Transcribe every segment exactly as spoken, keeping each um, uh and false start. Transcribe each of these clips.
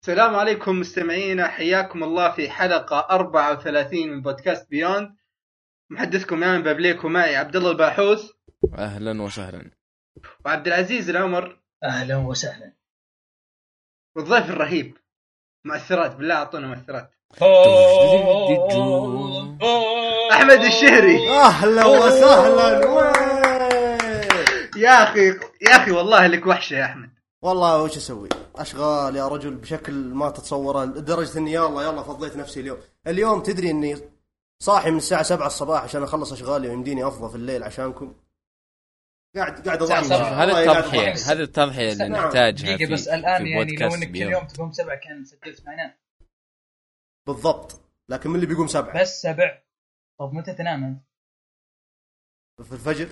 السلام عليكم مستمعينا، حياكم الله في حلقة أربعة وثلاثين من بودكاست بيوند. محدثكم يا من بابليك، ومعي عبد الله الباحوث. أهلا وسهلا. وعبد العزيز العمر. أهلا وسهلا. والضيف الرهيب مؤثرات، بالله أعطونا مؤثرات. أحمد الشهري. أهلا وسهلا. يا أخي يا أخي والله لك وحشة يا أحمد. والله وش أسوي؟ أشغال يا رجل بشكل ما تتصوره، لدرجة إني يلا يلا فضيت نفسي اليوم. اليوم تدري إني صاحي من الساعة سبعة الصباح عشان أخلص أشغالي ويمديني أفضى في الليل عشانكم. قاعد قاعد أضحي. هذا التضحية هذا التضحية اللي نحتاجها في بس الآن في يعني لو إنك بيوم. اليوم تقوم سبعة كان سجلت معنا بالضبط، لكن من اللي بيقوم سبعة؟ بس سبع. طب متى تنام أنت؟ في الفجر.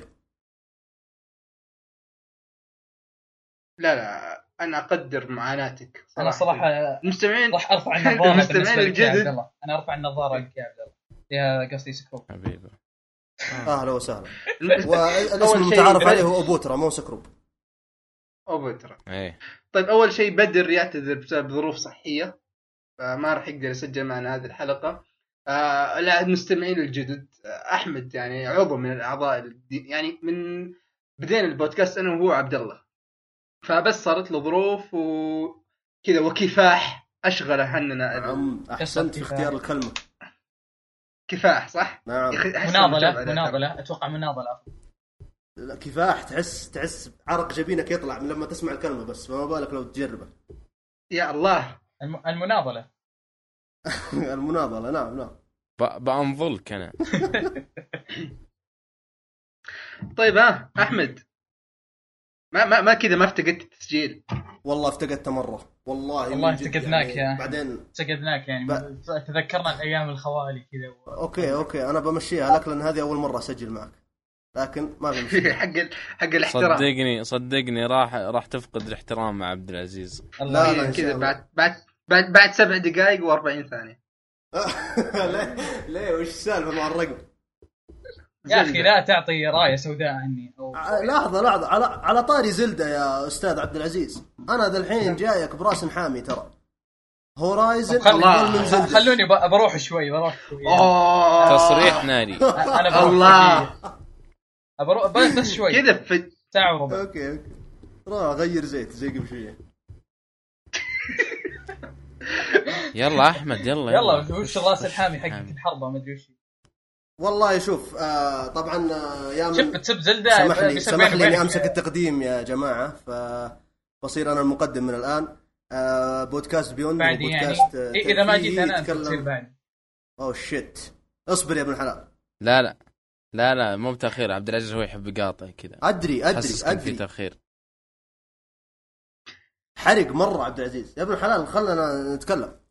لا لا أنا أقدر معاناتك صراحة. أنا صراحة مستمعين راح أرفع النظارة المستمعين الجدد. أنا أرفع النظارة لك يا عبد الله، يا قصدي سكروب حبيبي. أهلا وسهلا. والاسم المتعارف عليه هو أبوترا مو سكروب. أبوترا. إيه. طيب أول شيء بدر يعتذر بسبب ظروف صحية، فما راح يقدر يسجل معنا هذه الحلقة. آه لا المستمعين الجدد، آه أحمد يعني عضو من الأعضاء الدي... يعني من بدينا البودكاست أنا وهو عبد الله، فبس صارت له ظروف وكذا وكفاح أشغله عننا. نعم أحسنت في اختيار الكلمة. كفاح صح؟ نعم. مناضلة مناضلة أتوقع مناضلة. لا كفاح، تحس تحس عرق جبينك يطلع من لما تسمع الكلمة، بس ما بالك لو تجربه. يا الله. الم... المناضلة. المناضلة. نعم نعم. ب... بأنظلك أنا. طيب ها أحمد، ما ما ما كذا ما افتقدت التسجيل؟ والله افتقدت مرة، والله والله افتقدناك يعني يا بعدين افتقدناك يعني ب... تذكرنا الأيام الخوالي كذا و... أوكي أوكي أنا بمشيها لك لأن هذه أول مرة أسجل معك، لكن ما بمشي. حق ال... حق الاحترام. صدقني صدقني راح راح تفقد الاحترام مع عبد العزيز. لا لا كذا بعد بعد بعد بعد سبع دقائق وأربعين ثانية. ليه ليه وش السالفة مع الرقم يا أخي؟ لا تعطي راية سوداء عني أو... لحظة لحظة على على طاري زلدة يا أستاذ عبد العزيز، أنا ذا الحين جايك براس حامي ترى. هورايزن خل... خلوني ب... بروح شوي بروح شوي يعني. تصريح ناري. أنا بروح الله أبروح بس شوي كذا في ساعة وربع. أوكي أوكي راح أغير زيت زي قبل شوية. يلا أحمد يلا يلا وش راس الحامي حقك الحربة ما أدري وش. والله شوف آه طبعا آه يا شوف بتسب زلدة. سمح لي سمح لي اني امسك التقديم يا جماعه، فبصير انا المقدم من الان. آه بودكاست بيوند بودكاست يعني اذا ما جيت انا تصير بعد. اوه شيت اصبر يا ابن الحلال. لا لا لا لا مو بتاخير، عبد العزيز هو يحب يقاطع كذا. ادري ادري ادري في تاخير حرق مره عبد العزيز يا ابن الحلال، خلنا نتكلم.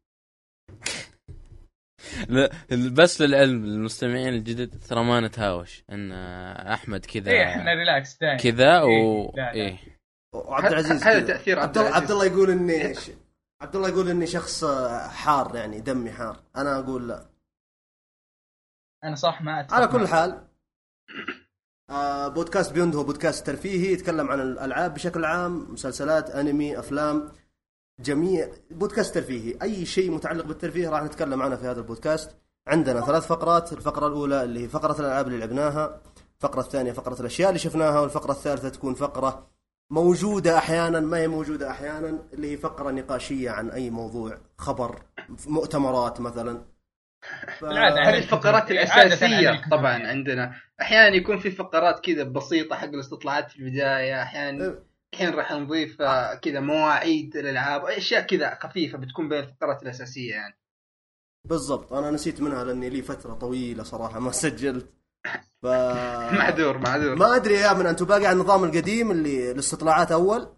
بس للعلم للمستمعين الجدد ترى ما نتهاوش ان احمد كذا. ايه احنا ريلاكس دايم كذا و ايه, إيه. وعبد العزيز هذا تاثير عبد الله عبد الله يقول اني عبد الله يقول اني شخص حار، يعني دمي حار. انا اقول لا، انا صح ما أتفق. على كل حال آه بودكاست بيوند هو بودكاست ترفيهي يتكلم عن الالعاب بشكل عام، مسلسلات انمي افلام، جميع بودكاست ترفيهي. اي شيء متعلق بالترفيه راح نتكلم عنه في هذا البودكاست. عندنا ثلاث فقرات. الفقره الاولى اللي هي فقره الالعاب اللي لعبناها، الفقره الثانيه فقره الاشياء اللي شفناها، والفقره الثالثه تكون فقره موجوده احيانا ما هي موجوده احيانا، اللي هي فقره نقاشيه عن اي موضوع، خبر، مؤتمرات مثلا. ف... هذه الفقرات الاساسيه طبعا عندنا. احيانا يكون في فقرات كذا بسيطه حق الاستطلاعات في البدايه، احيانا الحين راح نضيف كذا مواعيد الالعاب، اشياء كذا خفيفه بتكون بين الفقرات الاساسيه يعني. بالضبط. انا نسيت منها لاني لي فتره طويله صراحه ما سجلت. ف معذور معذور. ما ادري يا من انتم باقي على النظام القديم اللي الاستطلاعات اول.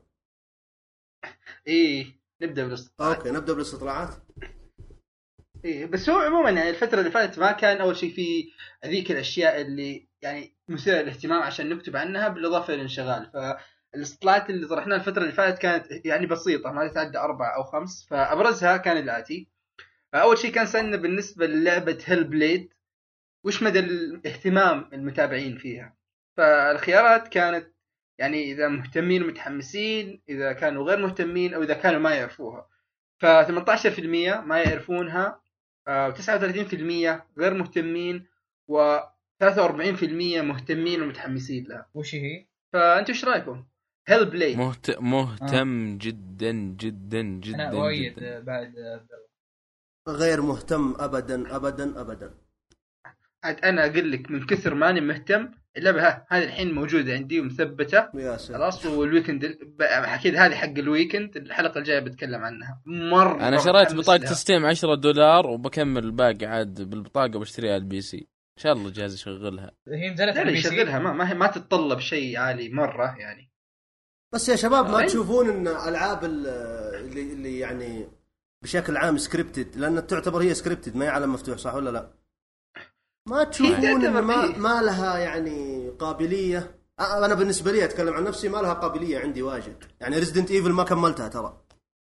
ايه نبدا بالاستطلاعات. اوكي نبدا بالاستطلاعات. إيه بس هو عموما يعني الفترة اللي فاتت ما كان أول شيء في هذيك الأشياء اللي يعني مثيرة للاهتمام عشان نكتب عنها، بالإضافة للانشغال. فالاستطلاعات اللي طرحناها الفترة اللي فاتت كانت يعني بسيطة، ما تتعدى أربعة أو خمس. فأبرزها كان الآتي. أول شيء كان سألنا بالنسبة للعبة هيل بليد وش مدى الاهتمام المتابعين فيها. فالخيارات كانت يعني إذا مهتمين ومتحمسين، إذا كانوا غير مهتمين، أو إذا كانوا ما يعرفوها. ف ثمانية عشر بالمئة ما يعرفونها، وتسعة وثلاثين بالمئة غير مهتمين، وثلاثة وأربعين بالمئة مهتمين ومتحمسين لها. وش هي؟ فانتوا ايش رايكم؟ هيل بلاي مهت... مهتم آه. جدا جدا جدا انا أؤيد جدا. بعد غير مهتم ابدا ابدا ابدا. عاد انا اقول لك من كثر ماني مهتم اللعبه ها هذه الحين موجوده عندي ومثبته خلاص. والويكند اكيد هذه حق الويكند، الحلقه الجايه بتكلم عنها مره. انا شريت بطاقه ستيم عشرة دولار وبكمل الباقي عاد بالبطاقه بشتريها البي سي ان شاء الله الجهاز يشغلها. هي نزلت على البي سي يشغلها، ما ما, ما تتطلب شيء عالي مره يعني. بس يا شباب ما تشوفون ان العاب اللي اللي يعني بشكل عام سكريبتد، لان تعتبر هي سكريبتد ما هي عالم مفتوح، صح ولا لا؟ ما تشوفون إن ما, ما لها يعني قابلية؟ أنا بالنسبة لي أتكلم عن نفسي، ما لها قابلية عندي واجد. يعني ريزيدنت ايفل ما كملتها ترى.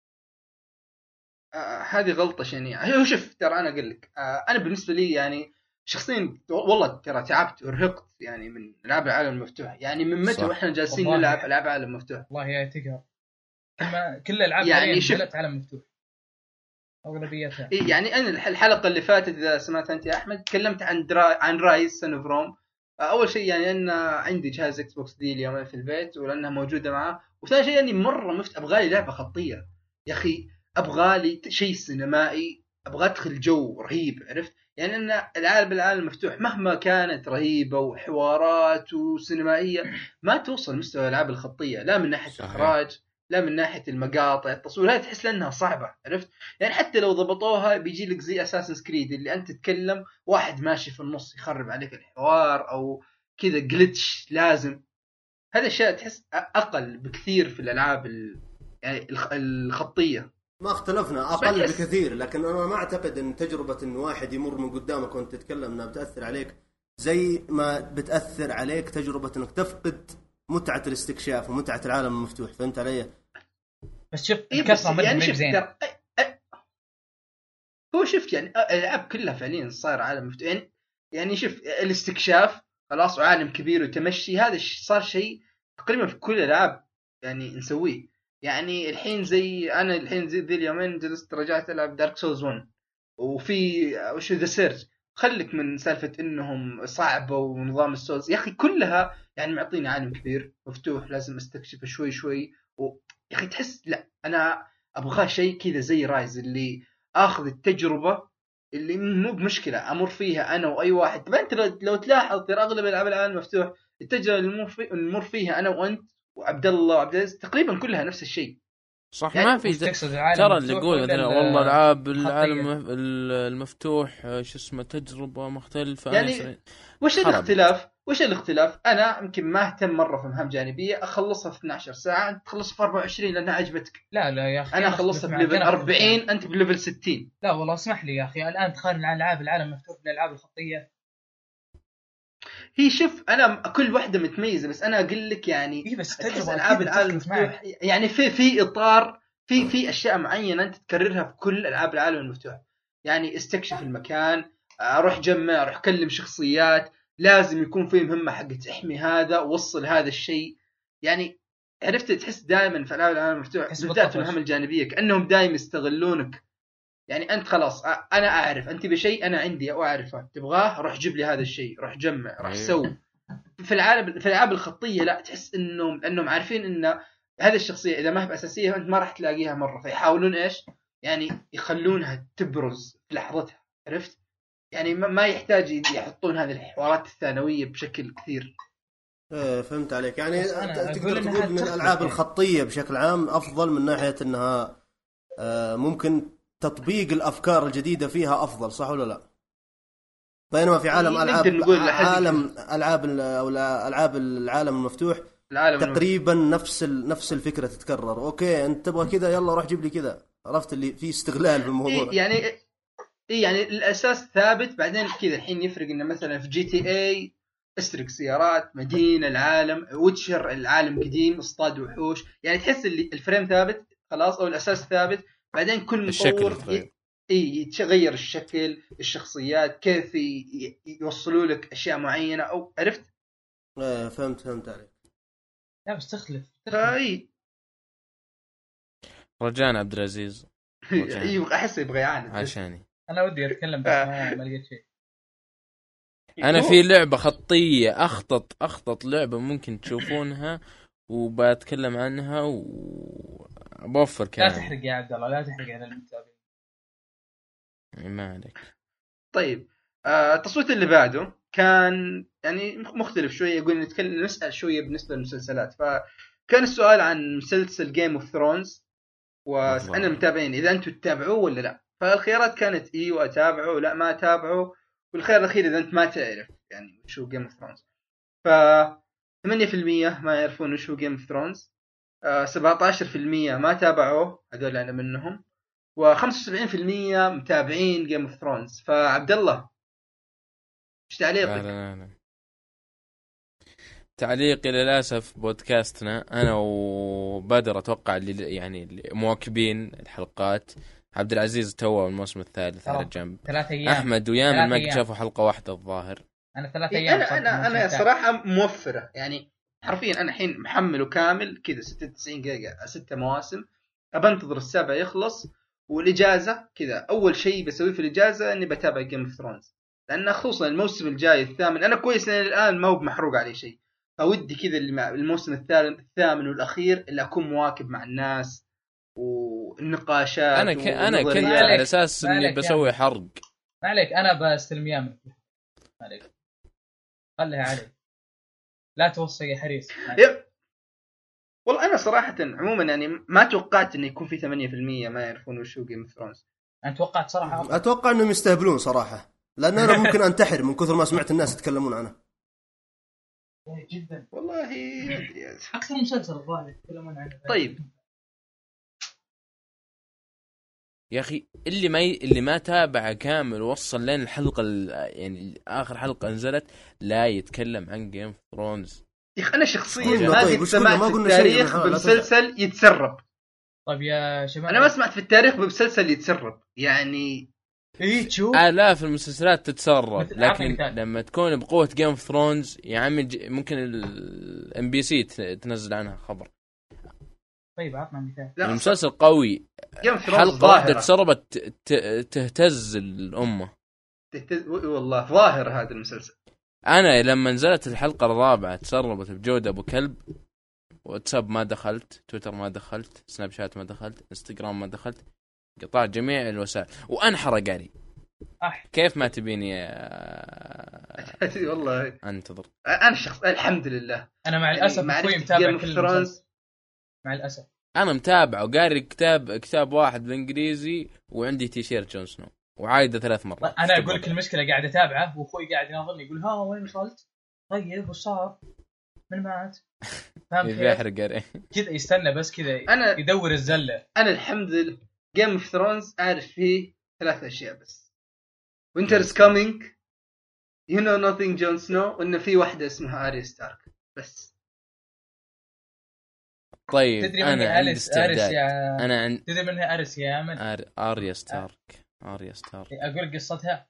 آه هذه غلطة شنيعة. هو شوف ترى أنا أقول لك، آه أنا بالنسبة لي يعني شخصيا والله ترى تعبت ورهقت يعني من ألعاب العالم المفتوح. يعني من متى وإحنا جالسين نلعب ألعاب عالم مفتوح؟ والله يا تقهر كل الألعاب يعني نزلت عالم مفتوح أغلبيتها. يعني أنا الحلقة اللي فاتت إذا سمعت أنت يا أحمد تكلمت عن درا... عن رايز سن اوف روم. أول شيء يعني أن عندي جهاز إكس بوكس دي اليوم في البيت ولأنها موجودة معه، وثاني شيء أني مرة مفت أبغالي لعبة خطية يا أخي، أبغالي شيء سينمائي، أبغى أدخل جو رهيب. عرفت يعني أن العالم العالم المفتوح مهما كانت رهيبة وحوارات وسينمائية ما توصل مستوى الألعاب الخطية، لا من ناحية إخراج لا من ناحية المقاطع التصوير، هاي تحس لأنها صعبة. عرفت يعني حتى لو ضبطوها بيجي لك زي أساسنز كريد اللي أنت تتكلم واحد ماشي في النص يخرب عليك الحوار أو كذا جلتش لازم. هذا الشيء تحس أقل بكثير في الألعاب يعني الخطية. ما اختلفنا أقل بكثير، لكن أنا ما أعتقد أن تجربة أن واحد يمر من قدامك وأنت تتكلم أنها بتأثر عليك زي ما بتأثر عليك تجربة أنك تفقد متعة الاستكشاف ومتعة العالم المفتوح. فهمت علي؟ بس شوف إيه الكثرة يعني مدة زين. هو شفت يعني الألعاب كلها فعليا صار عالم مفتوح. يعني يعني شوف الاستكشاف خلاص وعالم كبير وتمشي، هذا صار شيء تقريبا في كل الألعاب يعني نسويه. يعني الحين زي أنا الحين زي ذي اليومين جلست رجعت ألعب دارك سولز واحد وفي وش ذا سيرج. خلك من سالفة إنهم صعبة ونظام السولز يا أخي كلها يعني معطيني عالم كبير مفتوح لازم استكشفه شوي شوي. ويا أخي تحس لا أنا أبغى شيء كذا زي رايز اللي أخذ التجربة اللي مو بمشكلة أمر فيها أنا وأي واحد. طبعا أنت لو تلاحظ ترى أغلب الألعاب العالم المفتوح التجربة اللي نمر فيها أنا وأنت وعبد الله وعبد العزيز تقريبا كلها نفس الشيء. صح يعني ما في ترى اللي يقول مثلا والله العاب العالم المفتوح شو اسمه تجربه مختلفه يعني وش الاختلاف وش الاختلاف انا يمكن ما اهتم مره في مهام جانبيه اخلصها في اثنتي عشرة ساعه انت تخلصها في أربعة وعشرين لانها عجبتك. لا لا يا اخي انا اخلصها بليفل أربعين انت بليفل ستين. لا والله اسمح لي يا اخي الان تقارن العاب العالم المفتوح بالالعاب الخطيه. هي شوف انا كل واحده متميزه بس انا اقول لك يعني إيه بس تجربه العاب العالم المفتوح يعني في في اطار في في اشياء معينه انت تكررها في كل العاب العالم المفتوح. يعني استكشف المكان، اروح جمع، اروح اكلم شخصيات، لازم يكون في مهمه حقت احمي هذا وصل هذا الشيء. يعني عرفت تحس دائما في العاب العالم المفتوح بالذات المهام الجانبيه كانهم دائما يستغلونك. يعني انت خلاص انا اعرف انت بشيء انا عندي او اعرفه تبغاه روح جيب لي هذا الشيء روح جمع روح سوي. في العالم في الالعاب الخطيه لا تحس انهم انهم عارفين ان هذه الشخصيه اذا ما هي اساسيه انت ما راح تلاقيها مره فيحاولون ايش يعني يخلونها تبرز في لحظتها. عرفت يعني ما يحتاج يحطون هذه الحوارات الثانويه بشكل كثير. ايه فهمت عليك. يعني تقدر تقول ان الالعاب الخطيه بشكل عام افضل من ناحيه انها آه ممكن تطبيق الافكار الجديده فيها افضل، صح ولا لا؟ بينما في عالم العاب عالم العاب او العاب العالم المفتوح العالم تقريبا المفتوح. نفس نفس الفكره تتكرر. اوكي انت تبغى كذا يلا روح جيب لي كذا. عرفت اللي فيه استغلال في الموضوع. إيه يعني إيه يعني الاساس ثابت بعدين كذا. الحين يفرق انه مثلا في جي تي اي اسرق سيارات مدينه العالم، ويتشر العالم قديم اصطاد وحوش. يعني تحس اللي الفريم ثابت خلاص او الاساس ثابت بعدين كل مطور ي... اي يتغير الشكل الشخصيات كيف ي... يوصلوا لك اشياء معينه او عرفت. ايه فهمت فهمت عليك. لا بس تختلف اي رجاء عبد العزيز يبغى احس يبغى يعاند عشاني انا ودي اتكلم بس ما, ما لقيت شيء. انا في لعبه خطيه اخطط اخطط لعبه ممكن تشوفونها وبتكلم عنها وبوفر كلام. لا تحرق يا عبد الله لا تحرق على المتابعين. ما عليك. طيب آه، التصويت اللي بعده كان يعني مختلف شويه، يقول نتكلم نسال شويه بالنسبه للمسلسلات. فكان السؤال عن مسلسل جيم اوف ثرونز وسألنا المتابعين اذا انتم تتابعوه ولا لا. فالخيارات كانت ايوه اتابعه ولا ما اتابعه، والخيار الاخير اذا انت ما تعرف يعني شو جيم اوف ثرونز. ف ثمانية بالمية ما يعرفون وش هو جيم اوف ثرونز، سبعة عشر بالمية ما تابعوه هذول انا منهم، وخمسة وسبعين بالمية متابعين جيم اوف ثرونز. فعبد الله ايش تعليقك؟ لا لا. تعليقي للاسف بودكاستنا انا وبدر اتوقع اللي يعني اللي مواكبين الحلقات. عبد العزيز توه الموسم الثالث على جنب، ثلاث ايام. احمد ويامن ما شافوا حلقه واحده الظاهر. انا ثلاث ايام. انا انا انا صراحه موفره يعني حرفيا. انا الحين محمله كامل كذا ستة وتسعين جيجا ستة مواسم، ابنتظر السابع يخلص. والاجازه كذا اول شيء بسويه في الاجازه اني بتابع جيم اوف ثرونز، لان خصوصا الموسم الجاي الثامن انا كويس لان الان ما هو محروق عليه شيء. فودي كذا الموسم الثالث الثامن والاخير اللي اكون مواكب مع الناس والنقاشات. انا ك... انا كنت على اساس اني بسوي حرق. ما عليك انا بستلم يامن. ما عليك خليها عليك لا توصي حريص. والله انا صراحه عموما يعني ما توقعت انه يكون في ثمانية بالمية ما يعرفون وش هو جيم اوف ثرونز. انا توقعت صراحه اتوقع انهم يستهبلون صراحه، لان انا ممكن انتحر من كثر ما سمعت الناس يتكلمون عنه جدا والله. اكثر مسلسل الظاهر يتكلمون عنه. طيب يا اخي اللي ما ي... اللي ما تابع كامل وصل لين الحلقه ال... يعني اخر حلقه نزلت لا يتكلم عن جيم اوف ثرونز. يا اخي انا شخصيا ما قد سمعت في التاريخ بمسلسل يتسرب. طيب يا شباب انا ما سمعت في التاريخ بمسلسل يتسرب يعني. ايه تشوف آلاف المسلسلات تتسرب، لكن لما تكون بقوه جيم اوف ثرونز يا عمي ممكن الام بي سي تنزل عنها خبر. طيب عطنا مثال. المسلسل قوي، حلقه واحده تسربت تهتز الامه. تهتز والله ظاهر هذا المسلسل. انا لما نزلت الحلقه الرابعه تسربت بجوده ابو كلب، واتساب ما دخلت، تويتر ما دخلت، سناب شات ما دخلت، انستغرام ما دخلت، قطعت جميع الوسائل وانحرق علي. أح. كيف ما تبيني يا... والله انتظر. انا شخص الحمد لله انا مع الاسف اخوي متابع كل المسلسل. مع الاسف انا متابع وقاري كتاب كتاب واحد بالانجليزي وعندي تيشيرت جون سنو وعايده ثلاث مرات. انا اقول لك المشكله قاعد اتابعه واخوي قاعد يناظرني يقول ها وين وصلت؟ طيب وش صار؟ من مات؟ فهمت يحرق عليه كذا يستنى بس كذا أنا يدور الزله. انا الحمد لله جيم اوف ثرونز اعرف فيه ثلاث اشياء بس: وينترز كامينج، يو نو نوثينج جون سنو، وانه في واحده اسمها اريا ستارك بس. طيب انا عندي استعداد. يا... انا عند... تدري منها اريس يا امل؟ أر... اريا ستارك. اريا ستارك اقول قصتها.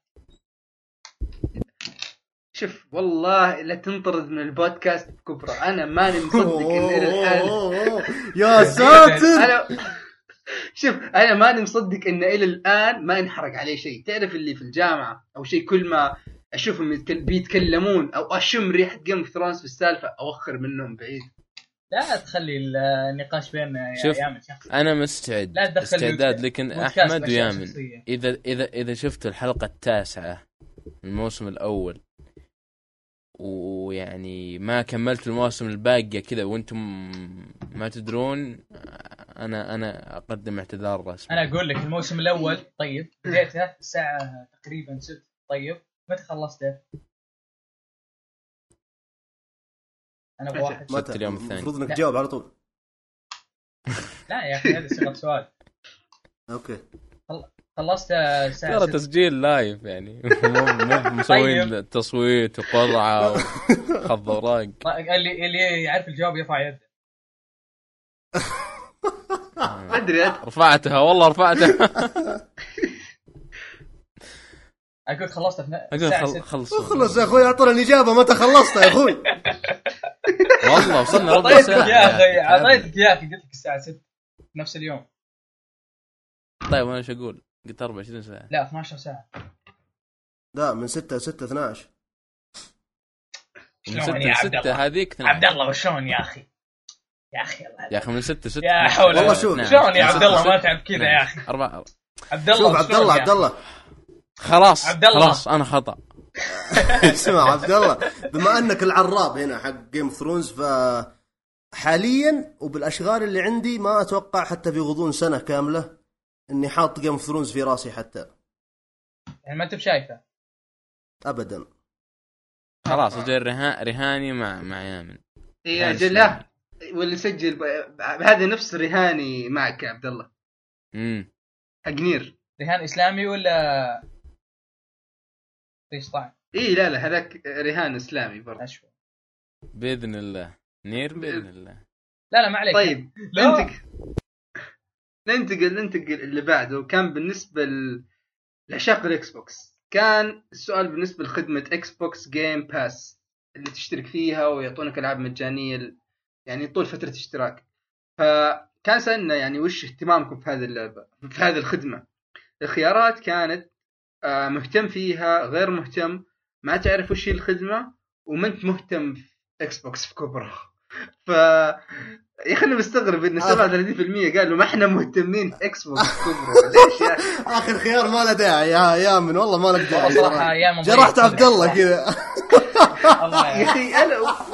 شوف والله لا تنطرد من البودكاست كبرى. انا ماني مصدق ان الى الان يا ساتر. انا شوف انا ماني مصدق ان الى الان ما ينحرق عليه شيء. تعرف اللي في الجامعه او شيء كل ما اشوفهم بيتكلمون او اشم ريحه جيم اوف ثرونز في السالفه اوخر منهم بعيد. لا تخلي النقاش بيننا يا يامن شخص. انا مستعد استعداد. لكن احمد ويامن اذا اذا اذا شفت الحلقه التاسعه من الموسم الاول ويعني ما كملت المواسم الباقيه كذا وانتم ما تدرون، انا انا اقدم اعتذار رسمي. انا اقول لك الموسم الاول طيب بديته الساعه تقريبا ستة. طيب متى خلصته؟ انا بواحد متى اليوم الثاني؟ المفروض انك تجاوب على طول. لا يا اخي هذا صيغه سؤال. اوكي خلصت الساعه ترى تسجيل لايف يعني مو مسوين تصويت وقرعه وخض اوراق. اللي اللي يعرف الجواب يرفع يده. ادري رفعتها والله رفعتها. اقول خلصت الساعه ستة. خلص خلص يا اخوي اعطونا الاجابه متى خلصت يا اخوي. والله وصلنا ربع ساعه يا اخي. عطيتك يا اخي قلت لك الساعه ستة نفس اليوم. طيب انا ايش اقول؟ قلت أربعة وعشرين ساعه. لا اثنا عشر ساعه. لا من ستة ستة اثنا عشر. من ستة ستة هذيك عبد الله وشلون يا اخي يا اخي الله يا اخي من ستة ستة يا حول والله شوف شلون يا عبد الله ما تعب كذا يا اخي أربعة. عبد الله شوف عبد الله عبد الله خلاص عبد الله. خلاص انا خطا. اسمع عبد الله، بما انك العراب هنا حق جيم اوف ثرونز، ف حاليا وبالاشغال اللي عندي ما اتوقع حتى في غضون سنه كامله اني حاط جيم اوف ثرونز في راسي حتى. يعني ما انت بشايفه ابدا. خلاص اجي رها... رهاني مع مع يامن. اي اجل لا واللي سجل ب... بهذا نفس رهاني معك يا عبد الله. امم حق نير. رهان اسلامي ولا ايش طعم؟ اي لا لا هذاك رهان اسلامي برضه. اشوف باذن الله نير باذن الله. لا لا ما عليك. طيب لا. ننتقل ننتقل ننتقل اللي بعده. كان بالنسبه ل... لعشاق الاكس بوكس، كان السؤال بالنسبه لخدمه اكس بوكس جيم باس اللي تشترك فيها ويعطونك العاب مجانيه يعني طول فتره اشتراك. فكان سألنا يعني وش اهتمامكم في هذه اللعبه في هذه الخدمه. الخيارات كانت مهتم فيها، غير مهتم، ما تعرف وش هي الخدمه، وما انت مهتم في اكس بوكس في كبره. ف يا اخي انا مستغرب ان سبعة وثلاثين بالمية قالوا ما احنا مهتمين في اكس بوكس كبره. ليش يا اخر خيار ما له داعي يا يا من والله ما لك داعي صراحه يا جرحت عبد الله كذا. يا اخي انا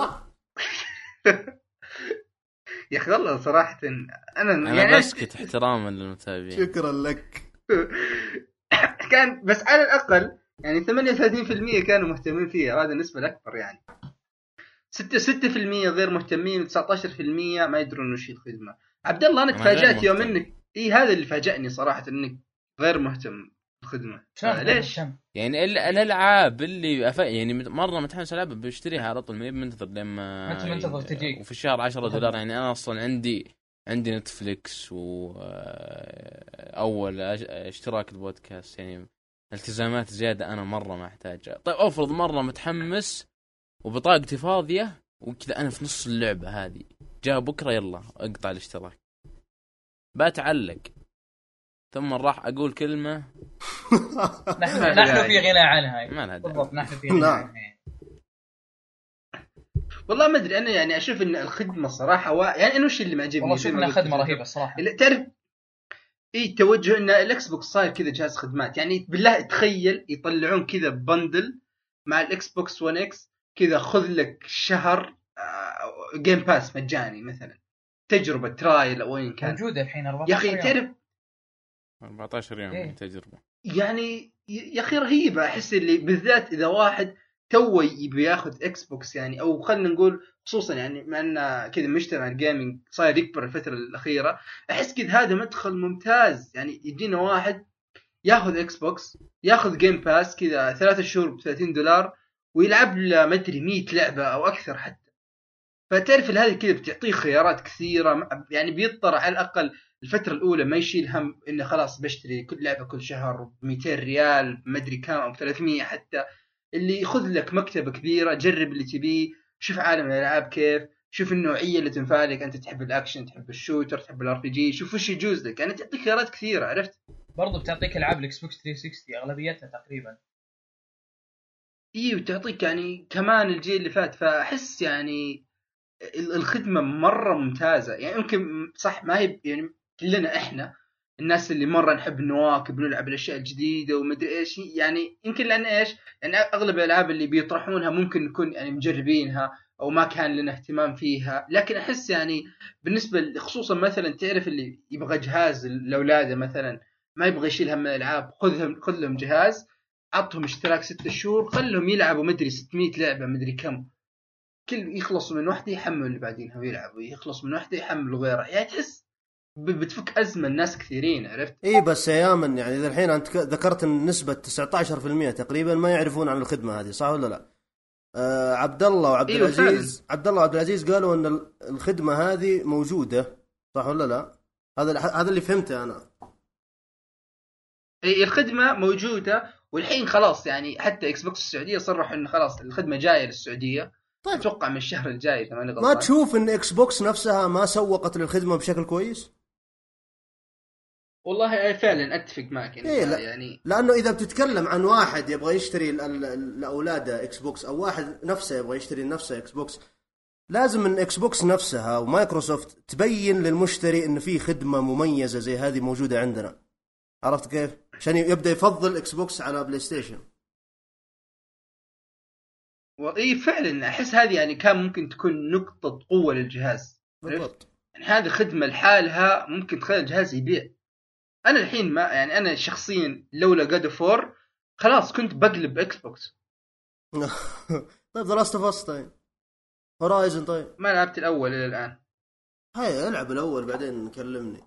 يا اخي والله صراحه انا انا يعني بسكت احتراما للمتابعين. شكرا لك. كان بس على الاقل يعني ثمانية وثلاثين بالمية كانوا مهتمين فيها، هذا النسبه الاكبر. يعني ستة ستة بالمية غير مهتمين، وتسعة عشر بالمية ما يدرون وش الخدمه. عبد الله انا تفاجأت يوم انك اي هذا اللي فاجأني صراحه انك غير مهتم بالخدمه. ليش يعني الالعاب اللي أف... يعني مره متحمس العاب بشتريها على طول، ما منتظر لما انت منتظر تجيك وفي الشهر عشرة دولار. يعني انا اصلا عندي عندي نتفليكس و اول اشتراك البودكاست، يعني التزامات زياده انا مره ما احتاجها. طيب افرض مره متحمس وبطاقتي فاضيه وكذا انا في نص اللعبه هذه، جاء بكره يلا اقطع الاشتراك، بتعلق ثم راح اقول كلمه نحن نحن في غنى عنها. ما لها بالضبط نحن في غنى عنها. والله ما ادري انا يعني اشوف ان الخدمه صراحه و... يعني انه وش اللي معجبني والله شوف انها خدمه رهيبه الصراحه. تعرف اي توجه ان الاكس بوكس صاير كذا جهاز خدمات. يعني بالله تخيل يطلعون كذا بندل مع الاكس بوكس ون اكس كذا، خذ لك شهر جيم باس مجاني مثلا، تجربه ترايل او وين كان موجوده الحين أربعة عشر يا اخي تعرف أربعة عشر يوم إيه؟ تجربه يعني يا اخي رهيبه. احس اللي بالذات اذا واحد توي يبي ياخذ اكس بوكس يعني، او خلينا نقول خصوصا يعني مع ان كذا مجتمع الجيمنج صاير يكبر الفتره الاخيره، احس كذا هذا مدخل ممتاز. يعني يجينا واحد ياخذ اكس بوكس، ياخذ جيم باس كذا ثلاثة شهور ب ثلاثين دولار، ويلعب له ما ادري مية لعبه او اكثر حتى. فتعرف هذه كذا بتعطيه خيارات كثيره. يعني بيضطر على الاقل الفتره الاولى ما يشيل هم انه خلاص بشتري كل لعبه كل شهر ب مئتين ريال ما ادري كم او ثلاثمية حتى. اللي ياخذ لك مكتبه كبيره، جرب اللي تبيه، شوف عالم الالعاب كيف، شوف النوعيه اللي تنفع لك. انت تحب الاكشن، تحب الشوتر، تحب الار بي جي، شوف وش يجوز لك. يعني تعطيك خيارات كثيره. عرفت برضو بتعطيك العاب الاكس بوكس ثلاثمية وستين اغلبيتها تقريبا. اي وتعطيك يعني كمان الجيل اللي فات. فاحس يعني الخدمه مره ممتازه. يعني يمكن صح ما هي يعني كلنا احنا الناس اللي مره نحب نواكب نلعب الاشياء الجديده ومدري ايش، يعني يمكن لان ايش يعني اغلب الالعاب اللي بيطرحونها ممكن نكون يعني مجربينها او ما كان لنا اهتمام فيها. لكن احس يعني بالنسبه خصوصا مثلا تعرف اللي يبغى جهاز لاولاده مثلا، ما يبغى يشيل هم الالعاب، خذهم خذ لهم جهاز، عطهم اشتراك ستة شهور، خلهم يلعبوا مدري ستمية لعبه مدري كم، كل يخلصوا من واحده يحملوا اللي بعدينها ويلعبوا، يخلص من واحده يحملوا غيرها. يعني تحس بتفك أزمة الناس كثيرين. عرفت اي بس يا يامن يعني اذا الحين انت ذكرت ان نسبه تسعة عشر بالمية تقريبا ما يعرفون عن الخدمه هذه، صح ولا لا؟ آه عبد الله وعبد إيه العزيز عبد الله وعبد العزيز قالوا ان الخدمه هذه موجوده، صح ولا لا؟ هذا هذا اللي فهمته انا. اي الخدمه موجوده، والحين خلاص يعني حتى اكس بوكس السعوديه صرحوا انه خلاص الخدمه جايه للسعوديه. طيب اتوقع من الشهر الجاي. ما تشوف ان اكس بوكس نفسها ما سوقت للخدمه بشكل كويس؟ والله فعلا اتفق معك يعني, إيه لا. يعني لانه اذا بتتكلم عن واحد يبغى يشتري لاولاده اكس بوكس او واحد نفسه يبغى يشتري لنفسه اكس بوكس، لازم من اكس بوكس نفسها ومايكروسوفت تبين للمشتري انه في خدمه مميزه زي هذه موجوده عندنا. عرفت كيف؟ عشان يبدا يفضل اكس بوكس على بلاي ستيشن. واي فعلا احس هذه يعني كان ممكن تكون نقطه قوه للجهاز. بالضبط. يعني هذه خدمه لحالها ممكن تخلي الجهاز يبيع. انا الحين ما يعني انا شخصيا لولا جاد فور خلاص كنت بقلب اكس بوكس. طيب ذا لاست اوف اس، طيب هورايزن، طيب ما لعبت الاول الى الان. هاي العب الاول بعدين كلمني.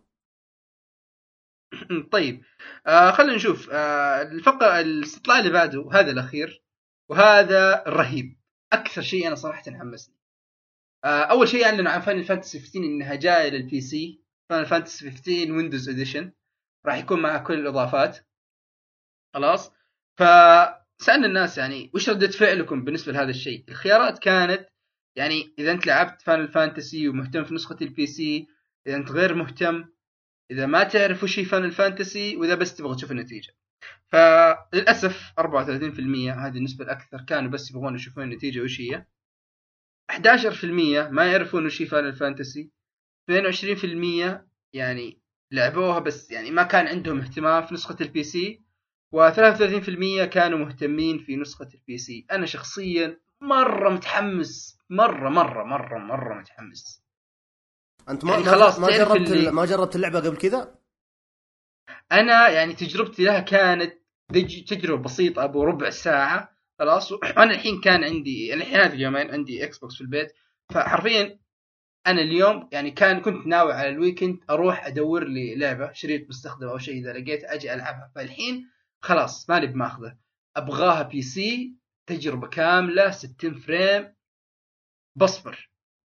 طيب آه خلينا نشوف آه الفقره الاستطلاع اللي بعده، هذا الاخير وهذا الرهيب اكثر شيء انا صراحه حمسني. آه اول شيء اعلنوا عن فاينل فانتسي خمسة عشر انها جايه للبي سي، فاينل فانتسي خمسة عشر ويندوز اديشن، راح يكون معها كل الاضافات. خلاص. فسالنا الناس يعني وش ردة فعلكم بالنسبه لهذا الشيء. الخيارات كانت يعني اذا انت لعبت فاينل فانتسي ومهتم في نسخه البي سي، اذا انت غير مهتم، اذا ما تعرف وش هي فاينل فانتسي، واذا بس تبغى تشوف النتيجه. فللاسف أربعة وثلاثين بالمئة هذه النسبه الاكثر كانوا بس يبغون يشوفون النتيجه وش هي. أحد عشر بالمئة ما يعرفون وش هي فاينل فانتسي. اثنين وعشرين بالمئة يعني لعبوها بس يعني ما كان عندهم اهتمام في نسخه البي سي، وثلاثة وثلاثين بالمئة كانوا مهتمين في نسخه البي سي. انا شخصيا مره متحمس، مره مره مره مره متحمس. انت ما يعني ما, خلاص ما تعرف جربت اللي- ما جربت اللعبه قبل كذا؟ انا يعني تجربتي لها كانت دج- تجربه بسيطه ابو ربع ساعه. خلاص. وانا الحين كان عندي الحين هذه اليومين عندي اكس بوكس في البيت، فحرفيا انا اليوم يعني كان كنت ناوي على الويكند اروح ادور لي لعبه شريط مستخدم او شيء اذا لقيت اجي العبها. فالحين خلاص ماني بماخذه، ابغاها بي سي تجربه كامله ستين فريم بصبر.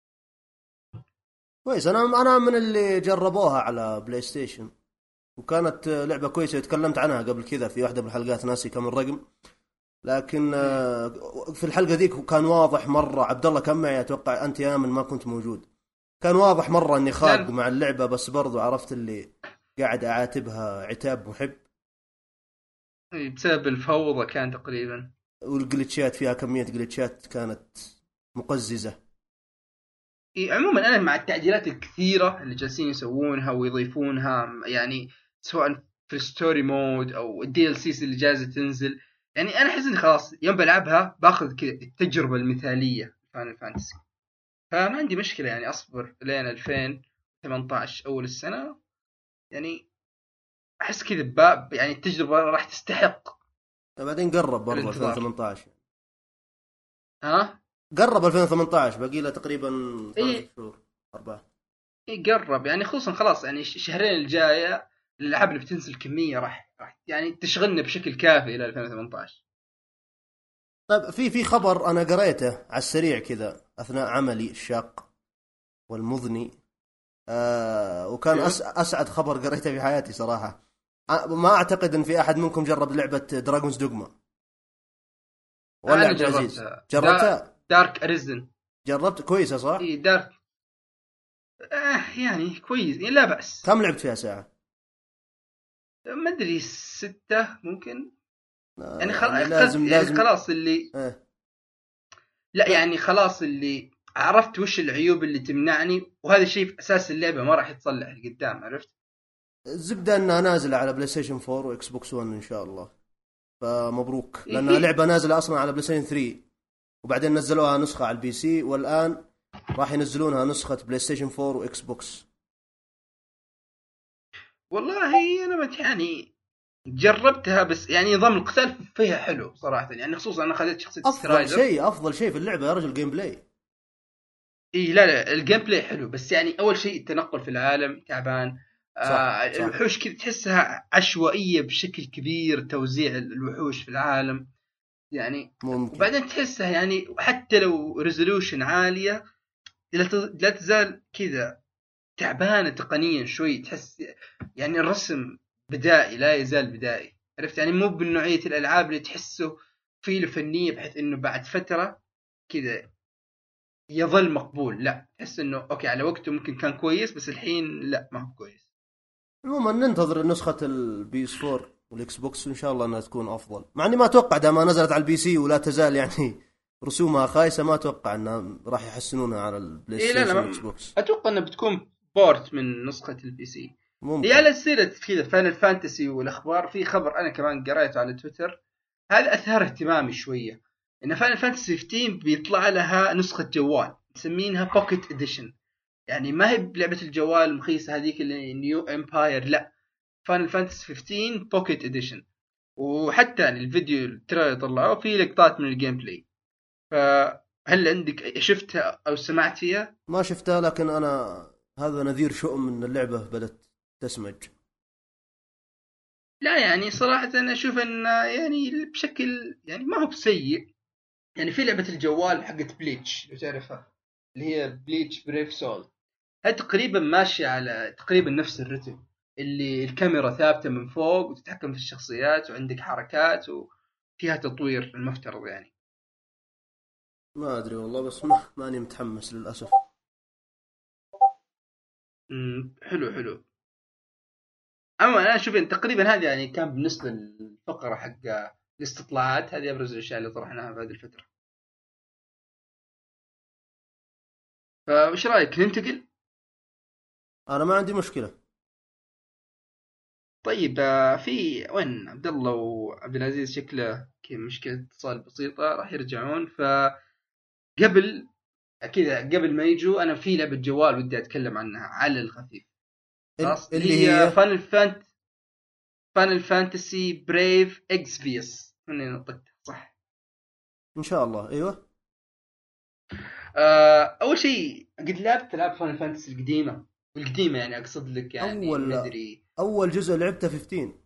كويس. انا انا من اللي جربوها على بلاي ستيشن وكانت لعبه كويسه، تكلمت عنها قبل كذا في واحده من الحلقات، ناسي كم الرقم، لكن آه، في الحلقه ذيك كان واضح مره. عبد الله كان معي اتوقع، انت يا من ما كنت موجود. كان واضح مره اني خاق نعم. مع اللعبه، بس برضو عرفت اللي قاعد اعاتبها عتاب محب. بسبب الفوضى كان تقريبا، والجلitchات فيها كميه جلitchات كانت مقززه. إيه عموما انا مع التعديلات الكثيره اللي جالسين يسوونها ويضيفونها، يعني سواء في الستوري مود او الدي ال سيز اللي جاهزه تنزل. يعني انا احس اني خلاص يوم بلعبها باخذ كذا التجربه المثاليه فاينل فانتسي. فما عندي مشكله يعني اصبر لين ألفين وثمانية عشر اول السنه. يعني احس كذا باب يعني التجربه راح تستحق. بعدين قرب برضه الانتظار. ألفين وثمانية عشر، ها قرب ألفين وثمانية عشر، باقي له تقريبا ثلاث إيه. شهور أربعة. يقرب يعني خصوصا خلاص يعني الشهرين الجايه الالعاب اللي بتنزل كميه راح راح يعني تشغلنا بشكل كافي الى ألفين وثمانية عشر. طيب في في خبر انا قريته على السريع كذا اثناء عملي الشاق والمضني، آه وكان أس اسعد خبر قريته في حياتي صراحه. آه ما اعتقد ان في احد منكم جرب لعبه دراجونز دوغما ولا أنا عبد العزيز؟ جربتها. جربتها؟ دارك اريزن. جربت كويسه صح؟ اي دارك آه يعني كويس لا بأس. كم لعبت فيها ساعه؟ ما ادري ستة ممكن. آه يعني, خل... يعني خل... لازم يعني لازم خلاص اللي آه. لا يعني خلاص اللي عرفت وش العيوب اللي تمنعني، وهذا الشيء في اساس اللعبه ما راح يتصلح لقدام. عرفت الزبده انها نازله على بلاي ستيشن فور واكس بوكس ون ان شاء الله، فمبروك إيه. لانها لعبه نازله اصلا على بلاي ستيشن ثري، وبعدين نزلوها نسخه على البي سي، والان راح ينزلونها نسخه بلاي ستيشن فور واكس بوكس. والله انا ما يعني جربتها، بس يعني نظام القتال فيها حلو صراحه، يعني خصوصا انا اخذت شخصيه افضل سترايدر. شيء افضل شيء في اللعبه يا رجل جيم بلاي. اي لا لا الجيم بلاي حلو، بس يعني اول شيء التنقل في العالم تعبان. آه صح. الوحوش كذا تحسها عشوائيه بشكل كبير، توزيع الوحوش في العالم يعني. ممكن. وبعدين تحسها يعني حتى لو ريزولوشن عاليه لا تزال كذا تعبانه تقنيا شوي، تحس يعني الرسم بدائي لا يزال بدائي. عرفت يعني مو بالنوعيه الالعاب اللي تحسه فيه له فنيه بحيث انه بعد فتره كذا يظل مقبول. لا تحس انه اوكي على وقته ممكن كان كويس، بس الحين لا ما هو كويس. عموما ننتظر نسخة البي اس فور والاكس بوكس وان شاء الله انها تكون افضل، مع اني ما اتوقع دام نزلت على البي سي ولا تزال يعني رسومها خايسة، ما اتوقع انها راح يحسنونها على البلاي إيه لا ستيشن لا والاكس بوكس. اتوقع انها بتكون بورت من نسخة البي سي. ممكن. هي على سيرة كذا فاينل فانتسي والاخبار، في خبر انا كمان قريته على تويتر، هذا اثار اهتمامي شوية، ان فاينل فانتسي خمسة عشر بيطلع لها نسخة جوال مسمينها بوكيت اديشن. يعني ما هي بلعبة الجوال المخيسة هذيك اللي نيو امباير، لا، فاينل فانتسي خمسة عشر بوكيت اديشن. وحتى يعني الفيديو التريلر طلعوه فيه لقطات من الجيم بلاي. فهل عندك شفتها او سمعت فيها؟ ما شفتها، لكن انا هذا نذير شؤم ان اللعبة بدت تسمج. لا يعني صراحة أنا أشوف أن يعني بشكل يعني ما هو بسيء. يعني في لعبة الجوال حقت بليتش لو تعرفها، اللي هي بليتش بريف سول، هي تقريبا ماشية على تقريبا نفس الرتم، اللي الكاميرا ثابتة من فوق وتتحكم في الشخصيات وعندك حركات وفيها تطوير المفترض يعني. ما ادري والله، بس ما ماني متحمس للاسف. امم حلو حلو. أما أنا أشوف أن تقريبا هذه يعني كان بالنسبة للفقرة حق الاستطلاعات، هذه أبرز الأشياء اللي طرحناها في هذه الفترة. فوش رأيك ننتقل؟ انا ما عندي مشكلة. طيب آه، في وين عبد الله وعبد العزيز شكله كذا مشكلة اتصال بسيطة راح يرجعون. فقبل كذا قبل ما يجوا أنا في لعبة جوال ودي أتكلم عنها على الخفيف. خلاص اللي هي هي فانل فانت فانل فانتسي بريف اكسفيوس، من نطقت صح؟ ان شاء الله. ايوه. آه، أول شيء قد لعبت لعب فانل فانتسي القديمة، والقديمة يعني أقصد لك يعني اول مدري. اول جزء لعبته خمسة عشر.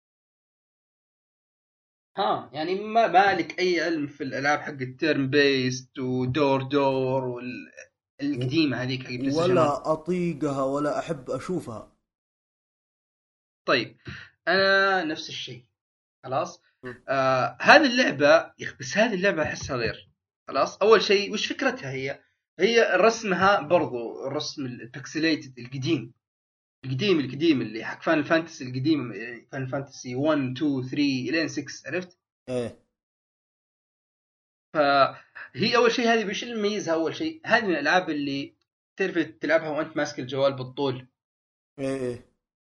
ها يعني ما مالك اي علم في الالعاب حق التيرن بيست ودور دور والقديمه هذيك حق بلاي ستيشن واحد؟ ولا اطيقها ولا احب اشوفها. طيب انا نفس الشيء. خلاص آه هذه اللعبه يخ بس هذه اللعبه احسها غير. خلاص اول شيء وش فكرتها؟ هي هي رسمها برضو الرسم البكسليتد القديم القديم القديم اللي حق فان فانتسي القديم، فان فانتسي واحد اثنين ثلاثة الين ستة، عرفت؟ ايه. فهي اول شيء هذه وش اللي يميزها؟ اول شيء هذه من الالعاب اللي تعرف تلعبها وانت ماسك الجوال بالطول. ايه ايه.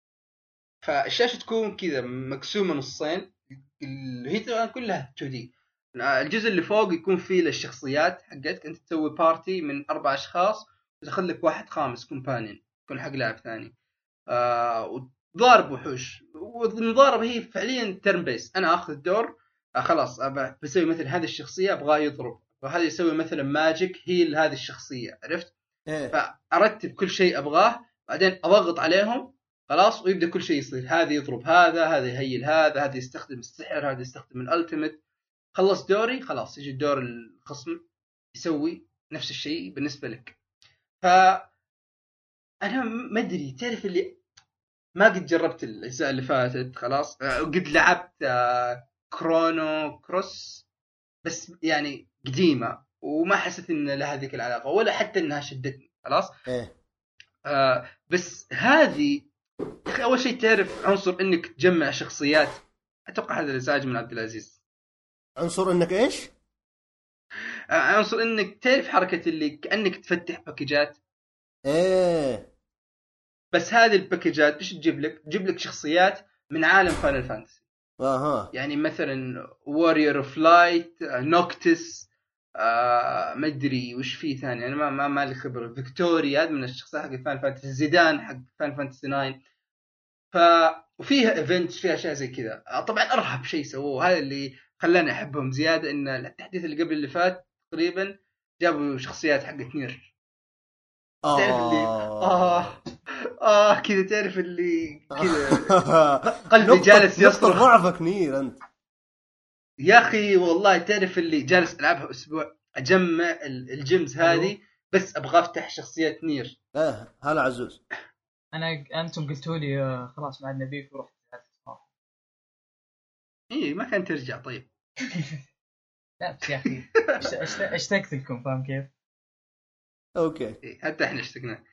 فالشاشه تكون كذا مقسومه نصين، هي طبعا كلها تو دي. الجزء اللي فوق يكون فيه للشخصيات حقتك، انت تسوي بارتي من اربع اشخاص وتاخذ لك واحد خامس كومبانيون يكون حق لاعب ثاني. آه وضارب وحوش، والمضاربه هي فعليا ترن بيس. انا اخذ الدور آه خلاص أبقى بسوي مثل هذه الشخصيه ابغاه يضرب، وهذا يسوي مثلا ماجيك هيل هذه الشخصيه، عرفت؟ ايه. فارتب كل شيء ابغاه، بعدين اضغط عليهم خلاص ويبدا كل شيء يصير. هذا يضرب هذا، هذا يهيل هذا، هذا يستخدم السحر، هذا يستخدم الالتيميت. خلص دوري خلاص يجي دور الخصم يسوي نفس الشيء بالنسبه لك. ف انا ما ادري تعرف اللي ما قد جربت الاجزاء اللي فاتت خلاص. قد لعبت كرونو كروس بس يعني قديمه وما حسيت ان لها هذيك العلاقه ولا حتى انها شدتني خلاص. ايه. آه بس هذه يا اخي اول شيء تعرف عنصر انك تجمع شخصيات. اتوقع هذا الازعاج من عبد العزيز. عنصر انك ايش؟ آه عنصر انك تعرف حركه اللي كانك تفتح باكجات. ايه. بس هذه الباكجات ايش تجيب لك؟ تجيب لك شخصيات من عالم فاينل فانتسي. اها. يعني مثلا واريور اوف لايت، نوكتس، آه ما ادري وش فيه ثاني، انا ما ما ما لي خبره. فيكتوريا هذا من الشخصيات حق فاينل فانتسي، زيدان حق فاينل فانتسي تسعة. ف وفيها ايفنتس، فيها اشياء زي كذا. طبعا ارهب شيء سووه هذا اللي خلاني احبهم زياده، ان التحديث اللي قبل اللي فات تقريبا جابوا شخصيات حقت نير. تعرف اللي اه اه اه كذا، تعرف اللي كذا قلبي جالس نقطة يصرخ. ضعفك نير انت يا اخي والله تعرف اللي جالس العبها اسبوع اجمع ال- الجيمز هذه بس ابغى افتح شخصيات نير. ايه. هلا عزوز. انا انتم قلتوا لي آه، خلاص مع النبي ورحت صراحه. ايه ما كان ترجع. طيب لا بس يا اخي اشت- اشت- اشتقت لكم، فاهم كيف؟ اوكي. إيه حتى احنا اشتقنا.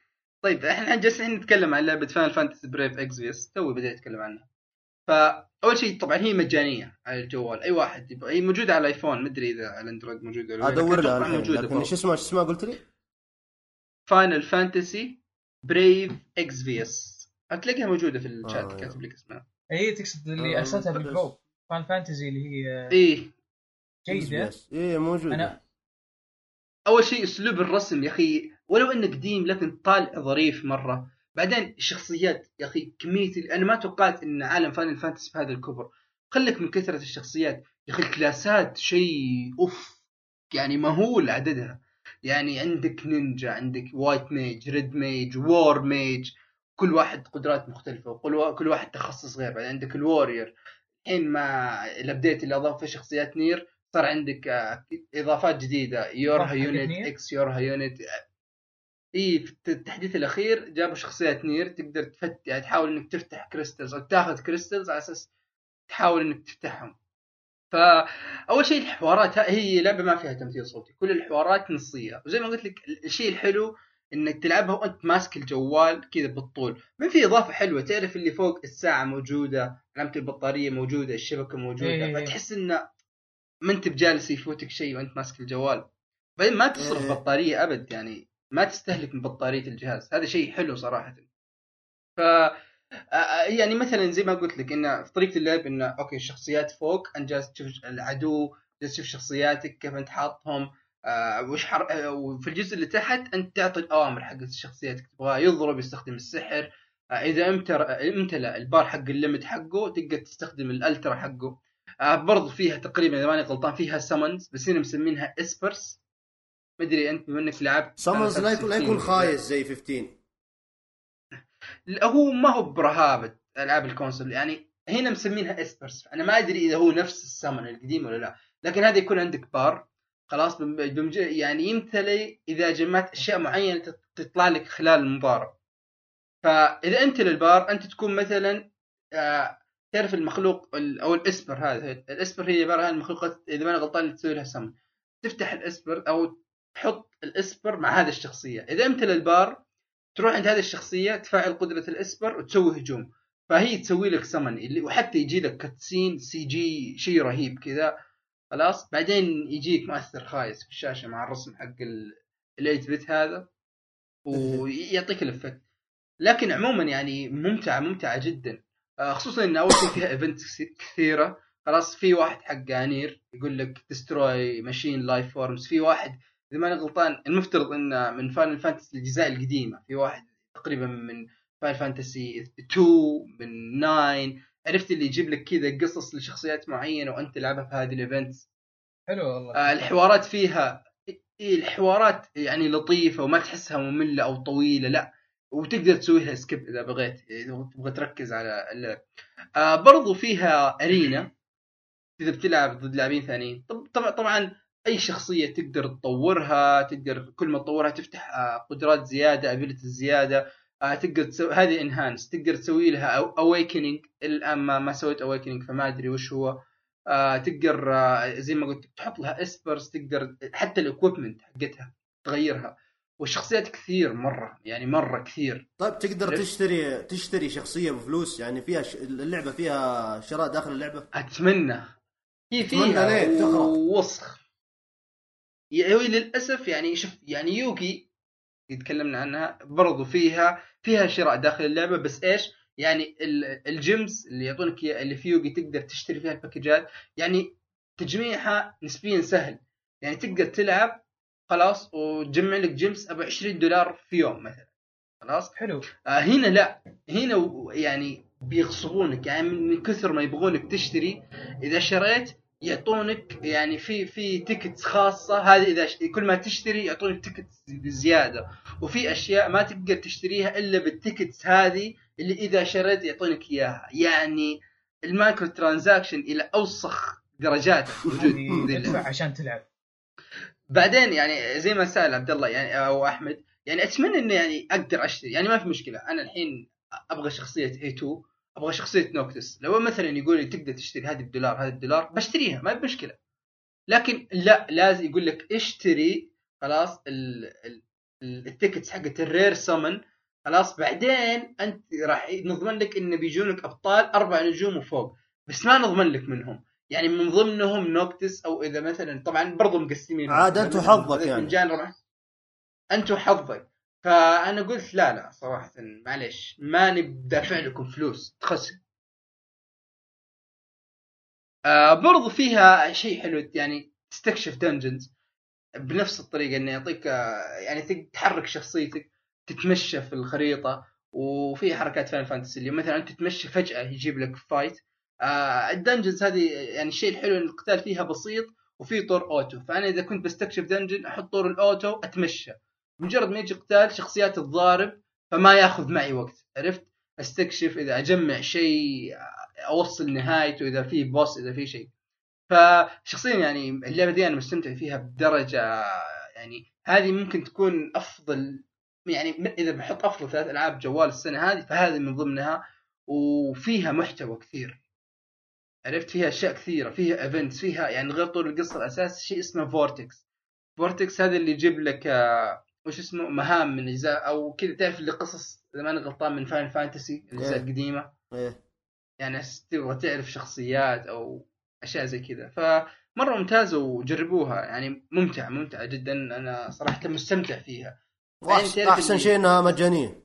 طيب احنا جالسين نتكلم عن لعبه فاينل فانتسي بريف اكزفيس، توي بديت اتكلم عنها. فاول شيء طبعا هي مجانيه على الجوال، اي واحد يبغى. هي موجوده على الايفون، مدري اذا على الاندرويد موجوده ولا لا، ادور لكن لها أتوقع الحين. موجوده لكن فوق. ايش اسمها ايش اسمها قلت لي؟ فاينل فانتسي بريف اكزفيس، هتلاقيها موجوده في الشات. آه، كاتب لك اسمها. هي تقصد اللي آه، ارسلتها بس- بالجروب فان فانتزي اللي هي ايه جيده. ايه موجوده. انا اول شيء اسلوب الرسم يا اخي، ولو انه قديم لكن طالع ظريف مره. بعدين الشخصيات يا اخي، كميه ال- انا ما توقعت ان عالم فاينل فانتسي بهذا الكبر. خلك من كثره الشخصيات يا اخي، الكلاسات شيء اوف، يعني مهول عددها. يعني عندك نينجا، عندك وايت ميج، ريد ميج، وور ميج، كل واحد قدرات مختلفه، وكل وا- كل واحد تخصص غير. بعدين عندك الوارير، الحين مع الابديت اللي اضاف فيه شخصيات نير صار عندك آه، اضافات جديده، يورها إضافة حقت يونت نير؟ اكس، يورها يونت. اي في التحديث الاخير جابوا شخصيات نير تقدر تفت يعني تحاول انك تفتح كريستلز او تاخذ كريستلز على اساس تحاول انك تفتحهم. فاول شيء الحوارات، هي لعبه ما فيها تمثيل صوتي، كل الحوارات نصيه. وزي ما قلت لك الشيء الحلو انك تلعبها وانت ماسك الجوال كذا بالطول. من في اضافه حلوه، تعرف اللي فوق الساعه موجوده، علامه البطاريه موجوده، الشبكه موجوده، إيه. فتحس انه ما انت بجالس يفوتك شيء وانت ماسك الجوال. بعدين ما تصرف إيه. بطاريه ابد، يعني ما تستهلك من بطاريه الجهاز، هذا شيء حلو صراحه. ف يعني مثلا زي ما قلت لك انه في طريقه اللعب انه اوكي الشخصيات فوق، انت جالس تشوف العدو، جالس تشوف شخصياتك كيف انت حاطهم، آه وش حر... آه وفي الجزء اللي تحت انت تعطي الاوامر حق شخصيتك، تبغاه يضرب يستخدم السحر، آه اذا امتر... امتلأ البار حق الليمت حقه تقدر تستخدم الالترا حقه. آه برضو فيها تقريبا اذا ماني غلطان فيها سمنز، بس هنا مسمينها اسبرس. مدري انت بما انك لعبت سمنز لا يكون لا يكون خايس زي خمستاشر. هو ما هو برهابة العاب الكونسول، يعني هنا مسمينها اسبرس. انا ما ادري اذا هو نفس السمن القديم ولا لا، لكن هذا يكون عندك بار خلاص بمج... يعني يمتلي اذا جمعت اشياء معينه تطلع لك خلال المضاربه. فاذا امتلي البار انت تكون مثلا آه تعرف المخلوق او الاسبر، هذا الاسبر هي عباره عن المخلوقات اذا ما انا غلطان اللي تسوي لها سمن. تفتح الاسبر او تحط الاسبر مع هذه الشخصيه، اذا امتلي البار تروح عند هذه الشخصيه تفعل قدره الاسبر وتسوي هجوم، فهي تسوي لك سمن اللي وحتى يجي لك كاتسين سي جي شيء رهيب كذا خلاص. بعدين يجيك مؤثر خايس في الشاشه مع الرسم حق الايت بت هذا ويعطيك الافكت. لكن عموما يعني ممتعه ممتعه جدا، خصوصا ان اول شيء فيها ايفنت كثيره خلاص. في واحد حق انير يقول لك دستروي ماشين لايف فورمز، في واحد اذا ما انا غلطان المفترض انه من فاينل فانتسي الأجزاء القديمه، في واحد تقريبا من فاينل فانتسي اثنين من تسعة، عرفت اللي يجيب لك كذا قصص لشخصيات معينه وانت تلعبها في هذه الايفنتس. حلو والله. آه الحوارات فيها الحوارات يعني لطيفه وما تحسها ممله او طويله، لا، وتقدر تسويها سكيب اذا بغيت، اذا تبغى تركز على اللعب. آه برضو فيها ارينا اذا بتلعب ضد لاعبين ثانيين. طبعا طبعا اي شخصيه تقدر تطورها، تقدر كل ما تطورها تفتح آه قدرات زياده، ابيلتي زياده، آه تقدر تسوي هذه انهانس، تقدر تسوي لها اويكننج. الان ما, ما سويت اويكننج فما ادري وش هو. آه تقدر آه زي ما قلت تحط لها اسبرز، تقدر حتى الاكويبمنت حقتها تغيرها، والشخصيات كثير مره يعني مره كثير. طيب تقدر تشتري تشتري شخصيه بفلوس؟ يعني فيها ش... اللعبه فيها شراء داخل اللعبه؟ اتمنى. هي أتمنى فيها ليه؟ تخرب. وسخ. هي للاسف يعني شوف يعني يوغي يتكلمنا عنها برضو فيها فيها شراء داخل اللعبه، بس ايش يعني الجيمز اللي يعطونك اللي في يوغي تقدر تشتري فيها الباكجات، يعني تجميعها نسبيا سهل. يعني تقدر تلعب خلاص وتجمع لك جيمز ابو عشرين دولار في يوم مثلا خلاص. حلو. آه هنا لا، هنا يعني بيغصبونك، يعني من كثر ما يبغونك تشتري. اذا شريت يعطونك يعني في في تيكتس خاصه، هذه اذا ش... كل ما تشتري يعطونك تيكتس زياده، وفي اشياء ما تقدر تشتريها الا بالتيكتس هذه اللي اذا شريت يعطونك اياها. يعني المايكرو ترانزاكشن الى اوسخ درجات موجود تدفع عشان تلعب. بعدين يعني زي ما سأل عبد الله يعني او احمد، يعني اتمنى انه يعني اقدر اشتري، يعني ما في مشكله. انا الحين ابغى شخصيه إيه تو، ابغى شخصيه نوكتس، لو مثلا يقول لي تقدر تشتري هذه بدولار هذه بدولار بشتريها ما في مشكله. لكن لا، لازم يقول لك اشتري خلاص التيكتس حقت الرير سمن خلاص بعدين انت راح نضمن لك ان بيجونك ابطال اربع نجوم وفوق، بس ما نضمن لك منهم، يعني من ضمنهم نوكتس، او اذا مثلا طبعا برضو مقسمين عاد انت وحظك يعني يعني انت وحظك. فانا قلت لا لا صراحه معليش ما نبدافع لكم فلوس تخسر. آه برضو فيها شيء حلو يعني تستكشف دنجنز بنفس الطريقه انه يعطيك آه يعني تحرك شخصيتك تتمشى في الخريطه، وفي حركات فان فانتسي اللي مثلا انت تتمشى فجاه يجيب لك فايت. آه الدنجنز هذه يعني الشيء الحلو ان القتال فيها بسيط وفي طور اوتو، فانا اذا كنت بستكشف دنجن احط طور الاوتو اتمشى، مجرد ما يجي قتال شخصيات تتضارب فما ياخذ معي وقت، عرفت؟ استكشف اذا اجمع شيء اوصل نهايته، اذا في بوس اذا في شيء. فشخصيا يعني اللعبه دي انا مستمتع فيها بدرجه، يعني هذه ممكن تكون افضل، يعني اذا بحط افضل ثلاث العاب جوال السنه هذه فهذه من ضمنها. وفيها محتوى كثير، عرفت؟ فيها اشياء كثيره، فيها ايفنتس، فيها يعني غير طول القصه الاساس شيء اسمه فورتكس. فورتكس هذا اللي يجيب لك آه وش اسمه مهام من اجزاء او كذا، تعرف اللي قصص اذا ما انا غلطان من فاين فانتسي الاجزاء القديمه، ايه يعني تبغى تعرف شخصيات او اشياء زي كذا. فمره ممتازه وجربوها، يعني ممتع ممتع جدا، انا صراحه مستمتع فيها. وأحسن احسن شيء انها مجانيه.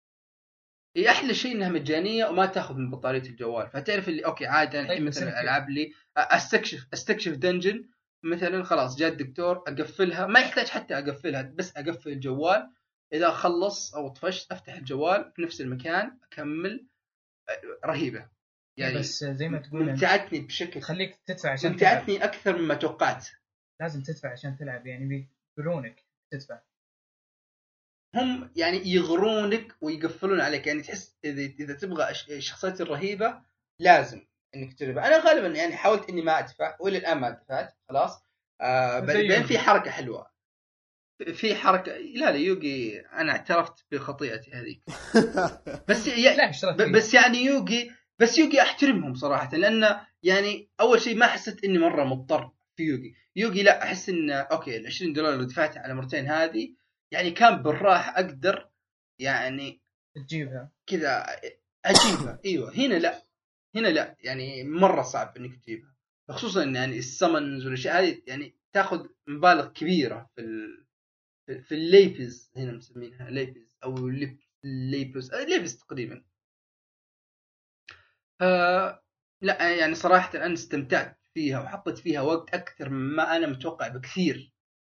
هي احلى شيء انها مجانيه وما تاخذ من بطاريه الجوال، فتعرف اللي اوكي عادي انا الحين مثلا الالعاب اللي استكشف استكشف دنجن مثلا خلاص جاء الدكتور اقفلها، ما يحتاج حتى اقفلها، بس اقفل الجوال اذا خلص او طفشت افتح الجوال في نفس المكان اكمل. رهيبه يعني، بس زي ما تقول ممتعتني بشكل خليك تدفع عشان ممتعتني تلعب. اكثر مما توقعت. لازم تدفع عشان تلعب، يعني بيقولونك تدفع، هم يعني يغرونك ويقفلون عليك، يعني تحس اذا اذا تبغى الشخصيات الرهيبه لازم انك تجربها. انا غالبا يعني حاولت اني ما ادفع والى الان ما دفعت خلاص. آه بعدين في حركه حلوه، في حركه لا لا يوغي انا اعترفت بخطيئتي هذيك بس يعني بس يعني يوغي بس يوغي احترمهم صراحه، لان يعني اول شيء ما حسيت اني مره مضطر في يوغي يوغي لا احس ان اوكي ال عشرين دولار اللي دفعتها على مرتين هذه يعني كان بالراحه اقدر يعني تجيبها كذا اجيبها. ايوه هنا لا هنا لا يعني مره صعب انك تجيبها، خصوصا يعني السمنز والاشياء هذه يعني تاخذ مبالغ كبيره في ال... في الليبز، هنا مسمينها ليبز او ليبز ليبز تقريبا. آه لا يعني صراحه انا استمتعت فيها وحطيت فيها وقت اكثر مما انا متوقع بكثير.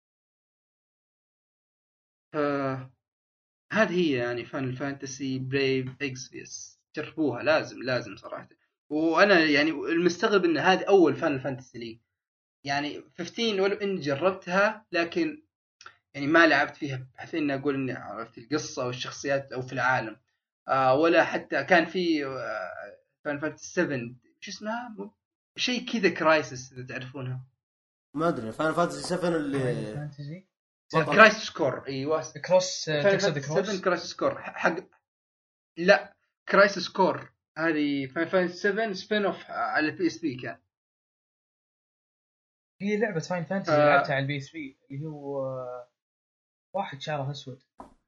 آه هذه هي يعني فان فانتسي بريف اكسبيس، جربوها لازم لازم صراحه. وانا يعني المستغرب ان هذه اول فان فانتسي لي، يعني خمسة عشر ولو اني جربتها لكن يعني ما لعبت فيها بحيث اني اقول اني عرفت القصه والشخصيات او في العالم. آه ولا حتى كان في آه فان فانتسي سبعة شو اسمها شيء كذا كرايسس اذا تعرفونها. ما ادري فان فانتسي سبعة اللي فانتسي كرايسس كور. ايوه كروس تقصد كروس سبعة كرايسس كور حق لا كرايسس كور هذه فان فانتسي سبعة سبين اوف على البي اس بي. كان في لعبه فاين فانتسي آه لعبتها على البي اس بي اللي هو واحد شعره اسود.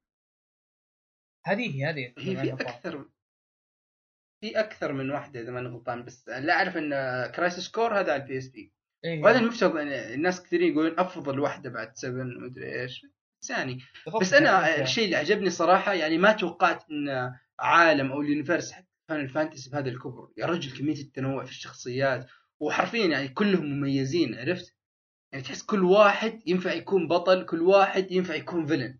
هذه هذه هي في اكثر في اكثر من واحده اذا ما انا غلطان، بس لا اعرف ان كرايسس كور هذا على البي اس بي. إيه وهذا المفترض ان الناس كثيرين يقولون افضل واحده بعد سبعة ومدري ايش ثاني. بس انا الشيء اللي عجبني صراحه يعني ما توقعت ان عالم او اليونيفرس حق فان الفانتسي بهذا الكبر. يا رجل كميه التنوع في الشخصيات وحرفيا يعني كلهم مميزين، عرفت؟ يعني تحس كل واحد ينفع يكون بطل، كل واحد ينفع يكون فيلن،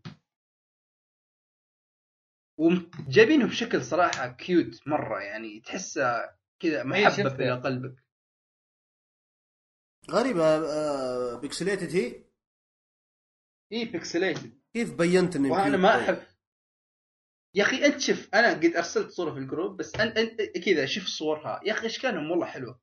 وجايبينه بشكل صراحه كيوت مره، يعني تحسه كذا محبب الى قلبك. غريبه. آه بيكسليتد هي اي بيكسليتد. كيف بينت اني وانا ما احب يا اخي انت شوف انا قد ارسلت صوره في الجروب بس انت انت كذا شوف صورها يا اخي اشكالهم والله حلوه،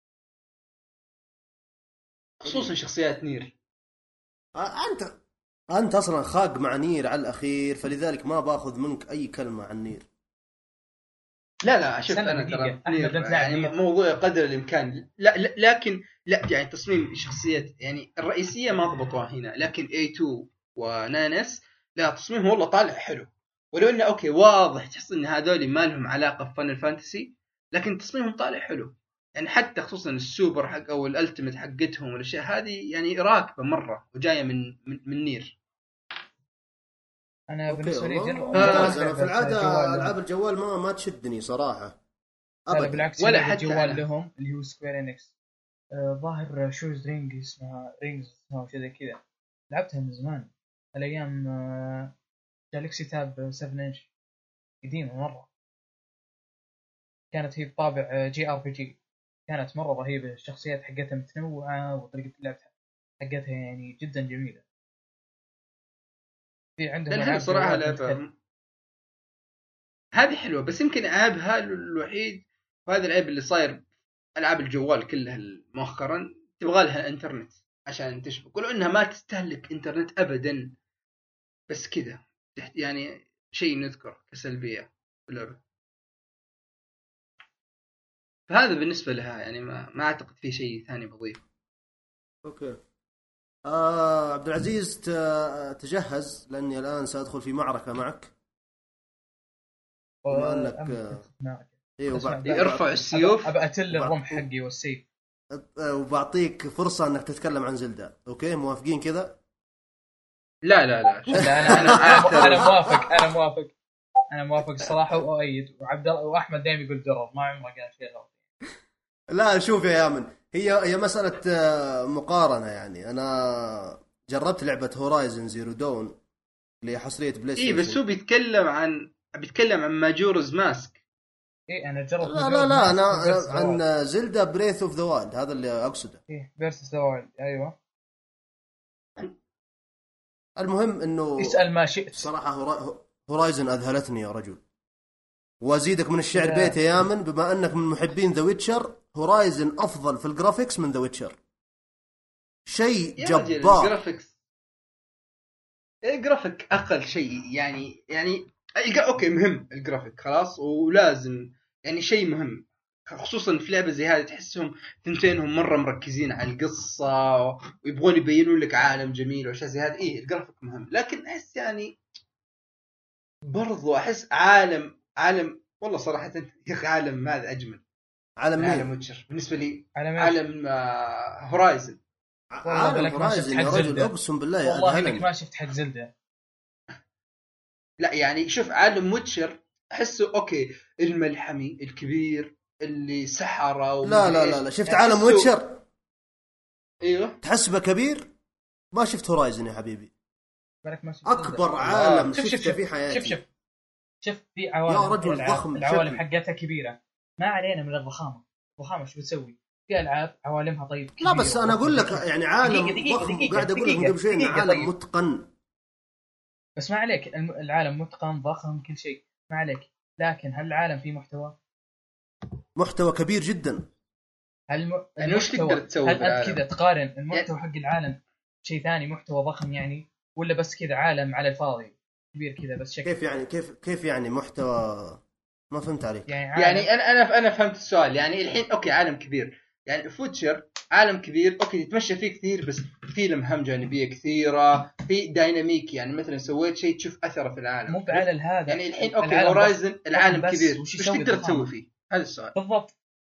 خصوصا شخصيات نير. آه انت انت اصلا خاق مع نير على الاخير، فلذلك ما باخذ منك اي كلمه عن نير. لا لا شوف انا ترى نير يعني موضوع قدر الامكان لا, لا لكن لا يعني تصميم الشخصيات يعني الرئيسيه ما ضبطوها هنا، لكن إيه تو ونانس لا تصميمهم والله طالع حلو ولو انه اوكي واضح تحس ان هذول ما لهم علاقه بفن الفانتسي، لكن تصميمهم طالع حلو. يعني حتى خصوصا السوبر حق او الالتيميت حقتهم والاشياء هذه يعني راكبه مره وجايه من من, من نير. انا اوكي بالنسبه لي والله جر... ممتاز. جربت انا في لعبة العاده جوال العاب لهم. الجوال ما ما تشدني صراحه لا لا ابدا. بالعكس، ولا ولا حتى جوال أنا. لهم اللي هو سكوير انكس. آه ظاهر شوز رينج اسمها رينجز اسمها شيء زي كذا. لعبتها من زمان على ايام آه جالكسي تاب سبعة انش، قديمه مره. كانت هي بطابع جي ار بي جي، كانت مره رهيبه. الشخصيات حقتها متنوعه وطريقه اللعب حقتها يعني جدا جميله. في عندهم لان هذه العاب صراحه جوال لعبه مختلفه. هذه حلوه، بس يمكن عيبها الوحيد، وهذا العيب اللي صاير العاب الجوال كلها مؤخرا، تبغى لها انترنت عشان تشبك، ولو انها ما تستهلك انترنت ابدا، بس كذا يعني شيء نذكر كسلبيه في اللعبه. فهذا بالنسبه لها يعني ما, ما اعتقد في شيء ثاني بضيف. اوكي آه عبد العزيز ت- تجهز لاني الان سادخل في معركه معك. بما انك أم- معك. ايه اسمع، وبع... بقى- ارفع السيوف. ابى اتل وبع- الرمح حقي والسيف. وبعطيك فرصه انك تتكلم عن زلدة. اوكي موافقين كذا؟ لا لا لا لا انا انا انا أنا موافق انا موافق انا موافق الصراحه واؤيد. وعبد الله واحمد دائما يقول جرب، ما عمره قال شيء غلط. لا شوف يا يامن، هي هي مساله آه، مقارنه. يعني انا جربت لعبه هورايزن زيرو دون اللي هي حصريه بلاي ستيشن. اي بس هو بيتكلم عن بيتكلم عن ماجورز ماسك. ايه انا جربت. لا لا لا انا عن زلدا بريث اوف ذا وايلد، هذا اللي اقصده. ايه فيرسس ذا وايلد، ايوه. المهم انه اسال ما شئت. صراحه هورا... هورايزن اذهلتني يا رجل. وازيدك من الشعر لا. بيت يا يامن، بما انك من محبين ذا ويتشر، هورايزن افضل في الجرافيكس من ذا ويتشر. شيء يا رجل جبار. الجرافيكس الجرافيك اقل شيء يعني يعني الج- اوكي مهم الجرافيك خلاص ولازم، يعني شيء مهم، خصوصا في لعبه زي هذه تحسهم ثنتينهم مره مركزين على القصه ويبغون يبينون لك عالم جميل واشياء زي هذه. ايه الجرافيك مهم، لكن احس يعني برضو احس عالم عالم والله صراحه يا اخي عالم ماذا اجمل عالم من عالم مين؟ ويتشر بالنسبه لي. عالم عالم آه هورايزن. والله عالم بالك ما شفت هورايزن حق يا رجل، زلدة. اقسم بالله يا والله انك أذهلني. ما شفت حق زلدة. لا يعني شوف عالم ويتشر احسه اوكي الملحمي الكبير اللي سحرة لا لا لا, لا. شفت يعني عالم تحسه- ويتشر ايوه تحسبه كبير؟ ما شفت هورايزن يا حبيبي. بالك ما شفت اكبر زلدة. عالم شوف شوف شفته شوف في حياتي. شوف شوف شوف في عوالم. يا رجل الألعاب- ضخم العوالم بشكل. حقتها كبيرة، ما علينا من الضخامة. الضخامة شو بتسوي؟ في العاب عوالمها طيب لا كبيرة بس انا اقول لك يعني عالم دقيقة- دقيقة- ضخم، دقيقة- وقاعد اقول لك من قبل شوي انه دقيقة عالم طيب. متقن. بس ما عليك، الم- العالم متقن ضخم كل شيء ما عليك، لكن هل العالم فيه محتوى؟ محتوى كبير جدا. هل الم... يعني وش المحتوى- تقدر تسوي هل انت بالعالم؟ كذا تقارن المحتوى حق العالم شيء ثاني محتوى ضخم يعني، ولا بس كذا عالم على الفاضي كبير كذا بس شكل؟ كيف يعني كيف كيف يعني محتوى؟ ما فهمت عليك. يعني عالم يعني انا انا انا فهمت السؤال. يعني الحين اوكي عالم كبير، يعني فوتشر عالم كبير اوكي تتمشى فيه كثير، بس في لمهام جانبيه كثيره، في دايناميك، يعني مثلا سويت شيء تشوف اثره في العالم. مو بعلى هذا يعني الحين اوكي العالم هورايزن ضخم العالم بس كبير، وش وش يسوي تقدر ضخامة؟ تسوي فيه؟ هذا السؤال بالضبط.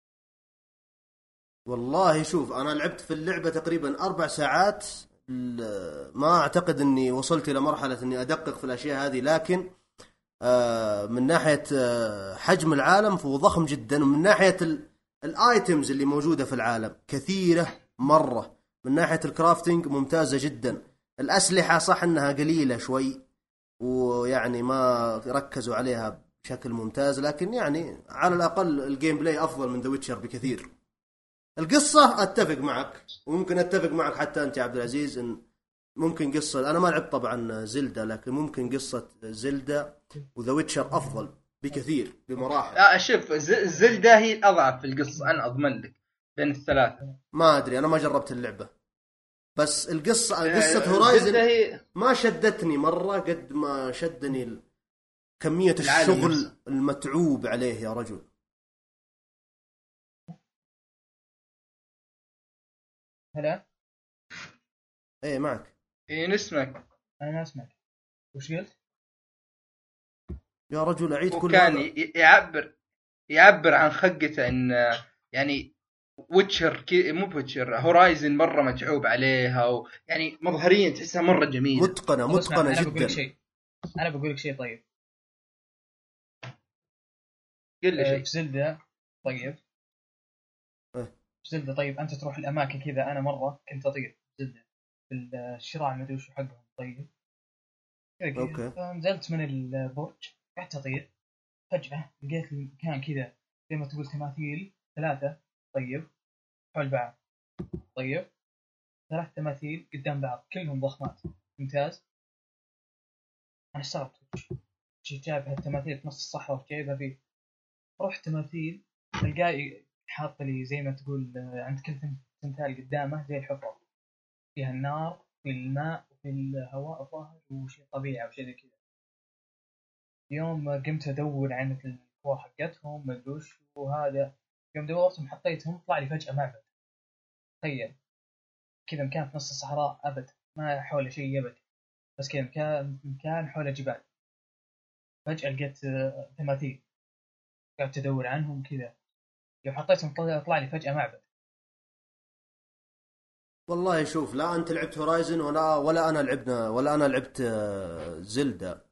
والله شوف انا لعبت في اللعبه تقريبا اربع ساعات، ل- ما اعتقد اني وصلت الى مرحله اني ادقق في الاشياء هذه، لكن آه، من ناحيه آه، حجم العالم فهو ضخم جدا، ومن ناحيه ال- الايتمز اللي موجوده في العالم كثيره مره، من ناحيه الكرافتنج ممتازه جدا. الاسلحه صح انها قليله شوي ويعني ما ركزوا عليها بشكل ممتاز، لكن يعني على الاقل الجيم بلاي افضل من ذا ويتشر بكثير. القصة أتفق معك، وممكن أتفق معك حتى أنت يا عبد العزيز، إن ممكن قصة، أنا ما لعبت طبعا زلدة، لكن ممكن قصة زلدة وذا ويتشر أفضل بكثير بمراحل. لا شوف ز- زلدة هي الأضعف في القصة، أنا أضمن لك بين الثلاثة. ما أدري أنا ما جربت اللعبة، بس القصة قصة زلدة هورايزن هي ما شدتني مرة قد ما شدني ال- كمية العالم الشغل نفسه. المتعوب عليه يا رجل. هلا إيه معك. إيه نسمعك. انا ما اسمعك، وش قلت؟ يا رجل اعيد كل وكان هذا. ي- يعبر يعبر عن خقته ان يعني ويتشر كي مو ويتشر هورايزن مره متعوب عليها و... يعني مظهريا تحسها مره جميله. متقنه طب اسمع، متقنه انا بقول لك جدا. شيء انا بقول لك شيء طيب. قل لي آه، شيء. في زلدة طيب إيه. في زلدة طيب انت تروح الاماكن كذا. انا مره كنت اطير في زلدة في الشراع ما ادري وش حقهم طيب كذا كذا. أوكي. فنزلت من البرج قعدت اطير، فجاه لقيت مكان كذا زي ما تقول تماثيل ثلاثه طيب حول بعض طيب ثلاث تماثيل قدام بعض كلهم ضخمات ممتاز. انا استغربت وش جايب هالتماثيل في نص الصحراء جايبها فيه. رحت تماثيل تلقاي حاط لي زي ما تقول آه، عند كل تمثال قدامه زي الحفرة فيها النار في الماء وفي الهواء الظاهر وشيء طبيعي وشيء زي كذا. يوم قمت ادور عن الكور حقتهم ما ادري وش وهذا، يوم دورتهم حطيتهم طلع لي فجأة معبد. تخيل كذا مكان في نص الصحراء ابد ما حوله شيء ابد، بس كذا مكان مكان حوله جبال. فجأة لقيت آه، تماثيل قاعد تدور عنهم كذا، لو حطيتهم طلع طلع لي فجأة معبد. والله شوف، لا انت لعبت هورايزن ولا ولا انا لعبنا ولا انا لعبت آه، زلدا،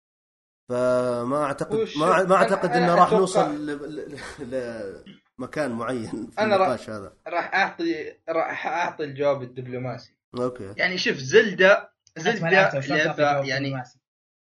فما اعتقد وش- ما ما اعتقد أنا- انه أنا راح أتوقع- نوصل ل- ل- لمكان معين في أنا راح- النقاش هذا. راح اعطي راح اعطي الجواب الدبلوماسي. اوكي. يعني شوف زلدة أنت ما زلدة لعبتها وشلون تعطي لعبة جواب يعني دبلوماسي؟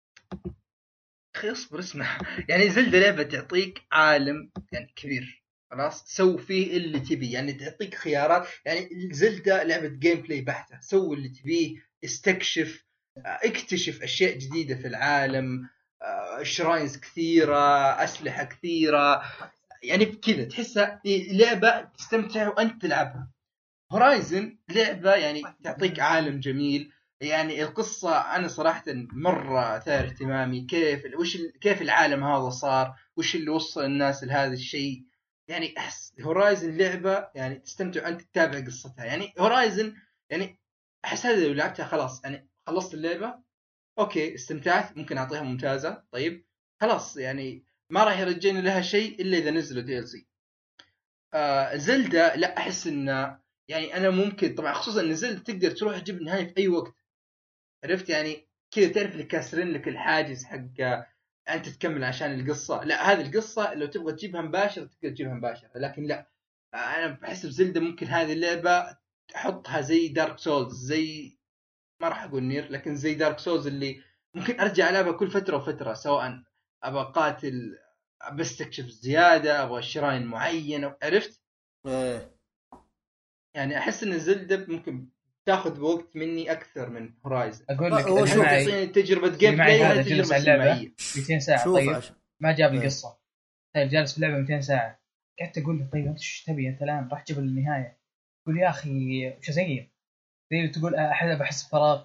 اخي اصبر اسمع. يعني زلدة لعبة تعطيك عالم يعني كبير، خلاص سو فيه اللي تبي، يعني تعطيك خيارات. يعني زلدة لعبة جيم بلاي بحتة، سوي اللي تبيه، استكشف، آه، اكتشف اشياء جديدة في العالم، آه، شراينز كثيرة، اسلحة كثيرة، يعني كذا تحسها لعبة تستمتع وانت تلعبها. هورايزن لعبة يعني تعطيك عالم جميل، يعني القصة أنا صراحة مرة ثار اهتمامي. كيف وش ال- كيف العالم هذا صار، وش اللي وصل الناس لهذا الشيء. يعني أحس هورايزن لعبة يعني تستمتع أنت تتابع قصتها. يعني هورايزن يعني أحس هذا لو لعبتها خلاص يعني خلصت اللعبة، أوكي استمتعت، ممكن أعطيها ممتازة، طيب خلاص يعني ما راح يرجعني لها شيء إلا إذا نزلوا دي ال سي. آه زلدة لا أحس إنه يعني أنا ممكن طبعا خصوصا إن زلدة تقدر تروح تجيب النهاية في أي وقت، عرفت يعني كذا تعرف اللي كاسرين لك الحاجز حق أنت تكمل عشان القصة. لا هذه القصة لو تبغى تجيبها مباشرة تقدر تجيبها مباشرة، لكن لا آه أنا بحس بزلدة ممكن هذه اللعبة تحطها زي دارك سولز، زي ما راح أقول نير لكن زي دارك سولز اللي ممكن أرجع ألعبها كل فترة وفترة، سواء أبغى قاتل بستكشف زيادة، أبغى شراين معينة، عرفت ايه. يعني احس ان زلدة ممكن تاخذ وقت مني اكثر من هورايزن. اقول لا، لك هو اللي شوف معي تعطيني تجربه اللي جيم معي بلاي، هذا هذه جلس تجربه على اللعبة سينمائيه. مئتين ساعة شوف طيب عش... ما جاب إيه. القصة. طيب جالس في اللعبة مئتين ساعة قعدت أقول له طيب أنت إيش تبي أنت الآن راح تجيب النهاية. يقول يا أخي وش زي زي اللي تقول أحد بحس بفراغ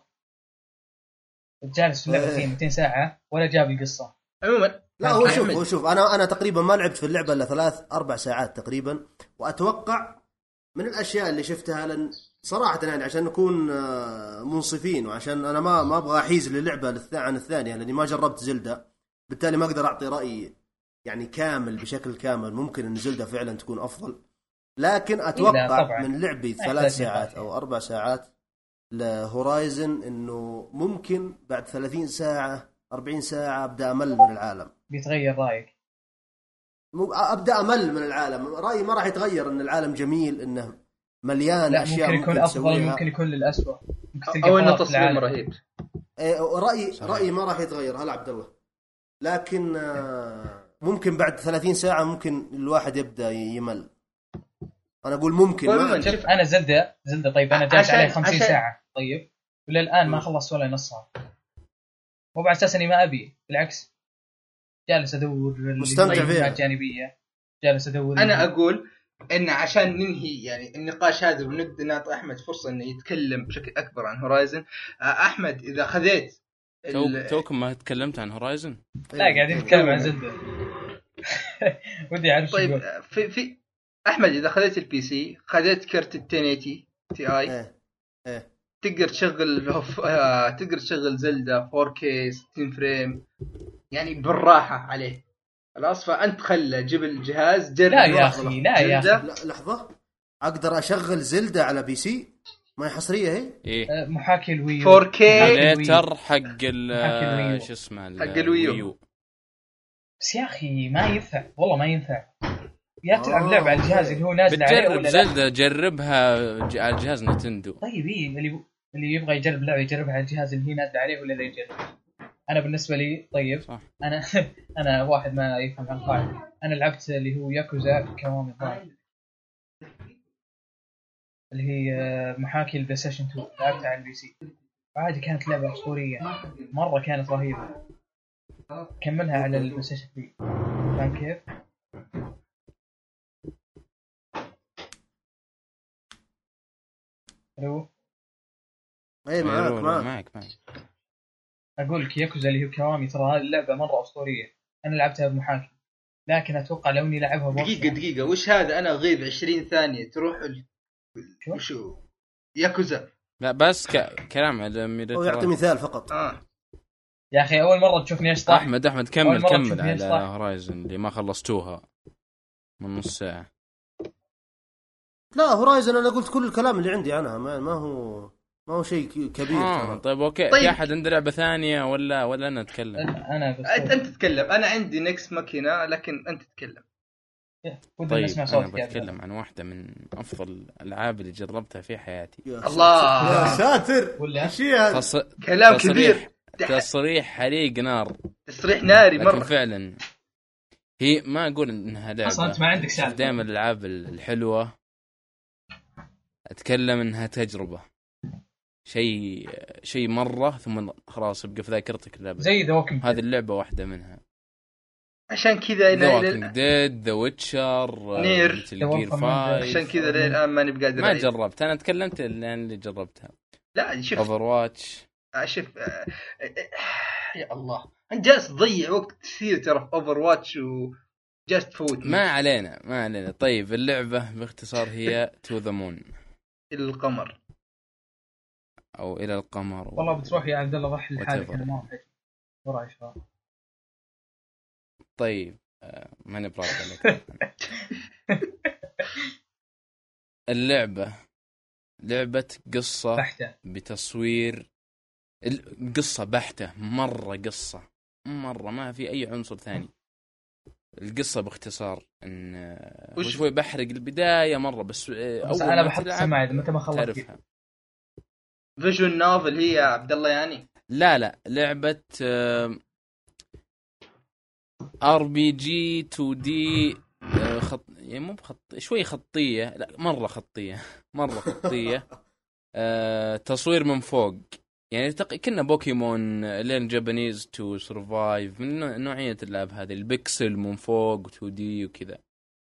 جالس في اللعبة فيه مئتين ساعة ولا جاب القصة. عموما لا هو أحمد. شوف هو شوف انا انا تقريبا ما لعبت في اللعبه الا ثلاث اربع ساعات تقريبا، واتوقع من الاشياء اللي شفتها لن صراحه يعني عشان نكون آه، منصفين، وعشان انا ما ما ابغى احيز للعبه للث- عن الثانيه لاني ما جربت زلدة، بالتالي ما اقدر اعطي راي يعني كامل بشكل كامل. ممكن ان زلدة فعلا تكون افضل، لكن اتوقع طبعاً. من لعبي يحتاج ثلاث ساعات نقاش. او اربع ساعات لهورايزن انه ممكن بعد ثلاثين ساعه أربعين ساعه ابدا امل من العالم. بيتغير رأيك؟ مو ابدا امل من العالم، رايي ما راح يتغير، ان العالم جميل، انه مليان لا اشياء ممكن يكون ممكن أفضل تسويها. ممكن يكون للأسوأ ممكن تلقى او انه فراغ في تصميم العالم. رهيب. إيه، رايي صحيح. رايي ما راح يتغير. هلا عبد الله، لكن آه، ممكن بعد ثلاثين ساعه ممكن الواحد يبدا يمل. انا اقول ممكن طيب، ما شوف أنا زلدة زلدة طيب أنا جالس عشان- عليه خمسين عشان- ساعة طيب ولا الآن ما خلصت ولا نصها، مو على أساس إني ما أبي، بالعكس جالس أدور مستمتع فيها. الجانبية، جالس أدور انا اقول ان عشان ننهي يعني النقاش هذا ونقدر نعطي احمد فرصه انه يتكلم بشكل اكبر عن هورايزن. آه، احمد اذا خذيت تو ال- توكم ما تكلمت عن هورايزن. لا قاعدين نتكلم عن زلدة. ودي أعرف شو طيب يقول. آه، في في احمد اذا خذيت البي سي، خذيت كرت ال عشرة ثمانين تي اي، ايه ايه تقدر تشغل آه، تقدر تشغل زلدا فور كي ستين فريم يعني بالراحه عليه. خلاص فانت خلى جيب الجهاز جرب. لا يا اخي لا يا اخي لا لحظه، اقدر اشغل زلدة على بي سي؟ ما هي حصريه هي؟ ايه أه، محاكي الويو فور كي ايميليتر حق ال محاكي الويو. شو اسمه ال- حق الويو. بس يا اخي ما ينفع والله ما ينفع. يا آه، تلعب لعبه على الجهاز اللي هو نازل عليه بتجرب ولا لا؟ زلدة جربها ج- على جهاز نينتندو. طيب إيه اللي اللي يبغى يجرب لعبه يجربها على الجهاز اللي هي نازل عليه ولا لا يجرب. انا بالنسبه لي طيب صح. انا انا واحد ما يفهم عن القاعده. انا لعبت اللي هو ياكوزا كوامي الظاهر اللي هي آه، محاكي البلاي ستيشن اثنين. لعبتها على البي سي عادي، كانت لعبه اسطوريه مره، كانت رهيبه. كملها على البلاي ستيشن ثلاثة. فاهم كيف؟ الو اي معاك أيوة، معاك معك معك اقول لك ياكوزا اللي هي كوامي، ترى هذه اللعبه مره اسطوريه. انا لعبتها بمحاكي، لكن اتوقع لو اني لعبها بوقت دقيقه دقيقه وش هذا؟ انا اغيب عشرين ثانيه تروح ال... شو؟ وشو ياكوزا؟ لا بس ك... كلام على هو ميديتر. يعطي مثال فقط. اه يا اخي اول مره تشوفني اشطح. احمد احمد أول كمل مرة كمل تشوفني على أشطح. هورايزن اللي ما خلصتوها من نص ساعه. لا هورايزن انا قلت كل الكلام اللي عندي عنها، ما, ما هو ما هو شيء كبير آه ترى. طيب اوكي. طيب. في احد عنده لعبه ثانيه ولا ولا انا اتكلم؟ انا بس انت انت تتكلم. انا عندي نكس ماكينه لكن انت تتكلم. ودنا طيب نسمع انا صوتك يا بتكلم عن واحده من افضل الالعاب اللي جربتها في حياتي. يا الله. يا ساتر ولا؟ ايش هي هذا؟ تص... كلام تصريح كبير. تصريح حريق نار. تصريح ناري لكن مره. فعلا هي ما اقول انها لعبه. اصلا انت ما عندك سالفه. دائما الالعاب الحلوه اتكلم انها تجربه، شيء شيء مره ثم خلاص يبقى في ذاكرتك اللعبه. زي ذا ووكينج هذه اللعبه واحده منها. عشان كذا ذا انا ووكينج ديد، ذا ويتشر، نير. مثل جير فايف. عشان كذا الان ماني بقادر ما أعيد. جربت. انا تكلمت الان اللي جربتها. لا شوف اوفر واتش. شوف آه، آه، يا الله انت جالس تضيع وقت كثير ترى في اوفر واتش وجالس تفوت. ما علينا ما علينا. طيب اللعبه باختصار هي تو ذا مون القمر. او الى القمر. والله بتروح يا عبد الله روح لحالك، Whatever. انا ما اروح وراي شباب. طيب آه، ماني براضي عليك. اللعبة لعبة قصة بحته بتصوير. القصة بحتة مرة، قصة مرة ما في أي عنصر ثاني. القصة باختصار إن آه، وش- شوي بحرق البداية مرة بس. آه، بس أول انا ما بحط تلعب السماعه اذا متى ما خلصت. تعرفها. فيجوال نوفل هي يا عبد الله يعني. لا لا لعبة ار بي جي تو دي خط يعني مو بخط شوي خطية، لا مرة خطية مرة خطية. آه، تصوير من فوق يعني تق... كنا بوكيمون لين جابانيز تو سرفايف من نوع- نوعية اللعب هذه البكسل من فوق تو دي وكذا.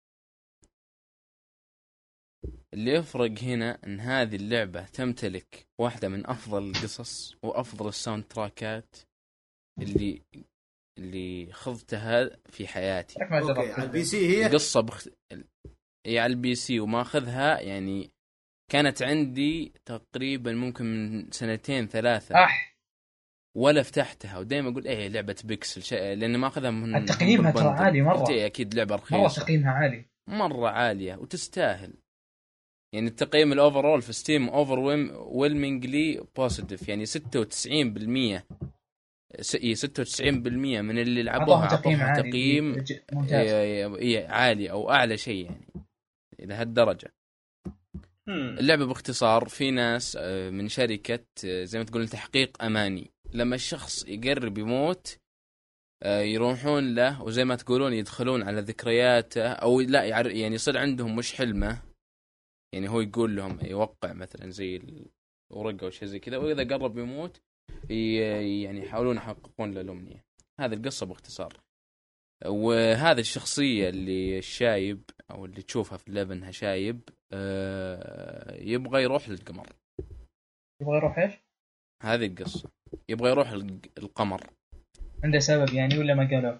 اللي يفرق هنا ان هذه اللعبة تمتلك واحدة من افضل القصص وافضل الساوند تراكات اللي اللي خضتها في حياتي. ما اوكي جربت. على البي سي هي القصة بخ... هي على البي سي وماخذها يعني كانت عندي تقريبا ممكن من سنتين ثلاثة اح ولا فتحتها. ودائما اقول ايه لعبة بيكسل شيء لان ماخذها من تقييمها ترى عالي مرة. قلت إيه اكيد لعبة مره رخيصة تقييمها عالي. مرة عالية وتستاهل. يعني التقييم الاوفرول في ستيم اوفر ويلمينجلي بوزيتيف يعني ستة وتسعين بالمية ستة وتسعين بالمية من اللي لعبوها اعطوها تقييم اعطوها عالي تقييم ج- ممتاز. إيه إيه عالي او اعلى شيء يعني الى هالدرجة. هم. اللعبة باختصار في ناس آه، من شركة آه، زي ما تقول تحقيق أماني. لما الشخص يقرب يموت آه، يروحون له وزي ما تقولون يدخلون على ذكرياته أو لا يعر- يعني يصير عندهم مش حلمه. يعني هو يقول لهم يوقع مثلا زي الورقة أو شيء زي كذا وإذا قرب يموت ي- يعني يحاولون يحققون له الأمنية. هذه القصة باختصار. وهذا الشخصية اللي الشايب أو اللي تشوفها في اللعبة إنها شايب آه، يبغى يروح للقمر. يبغى يروح ايش؟ هذه القصة يبغى يروح الق- القمر. عنده سبب يعني ولا ما قالوا؟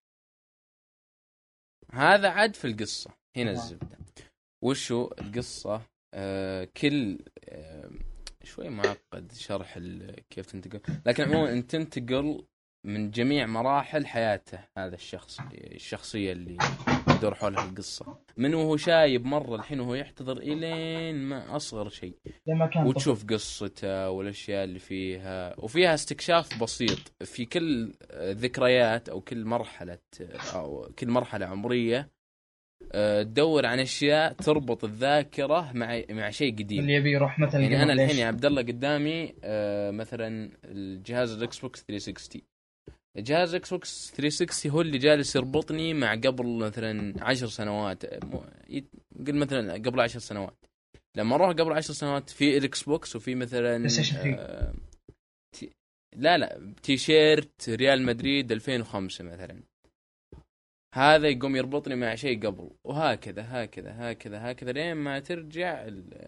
هذا عاد في القصة هنا آه. الزبدة. وشو القصة؟ آه كل آه شوي معقد شرح ال... كيف تنتقل، لكن عموما انت تنتقل من جميع مراحل حياته هذا الشخص، الشخصية اللي يدور حولها القصة، من وهو شايب مرة الحين وهو يحتضر إلين ما أصغر شيء، لما كان وتشوف قصته والأشياء اللي فيها، وفيها استكشاف بسيط في كل ذكريات أو كل مرحلة أو كل مرحلة عمرية، تدور عن أشياء تربط الذاكرة مع مع شيء قديم. اللي يبي يروح مثلا، يعني أنا الحين يا عبد الله قدامي مثلا الجهاز الإكس بوكس ثلاثمية وستين، جهاز اكس بوكس ثلاثمية وستين هو اللي جالس يربطني مع قبل مثلا عشر سنوات، قل مثلا قبل عشر سنوات لما اروح قبل عشر سنوات في الاكس بوكس وفي مثلا آه تي لا لا تي شيرت ريال مدريد ألفين وخمسة مثلا، هذا يقوم يربطني مع شيء قبل، وهكذا هكذا هكذا هكذا لين ما ترجع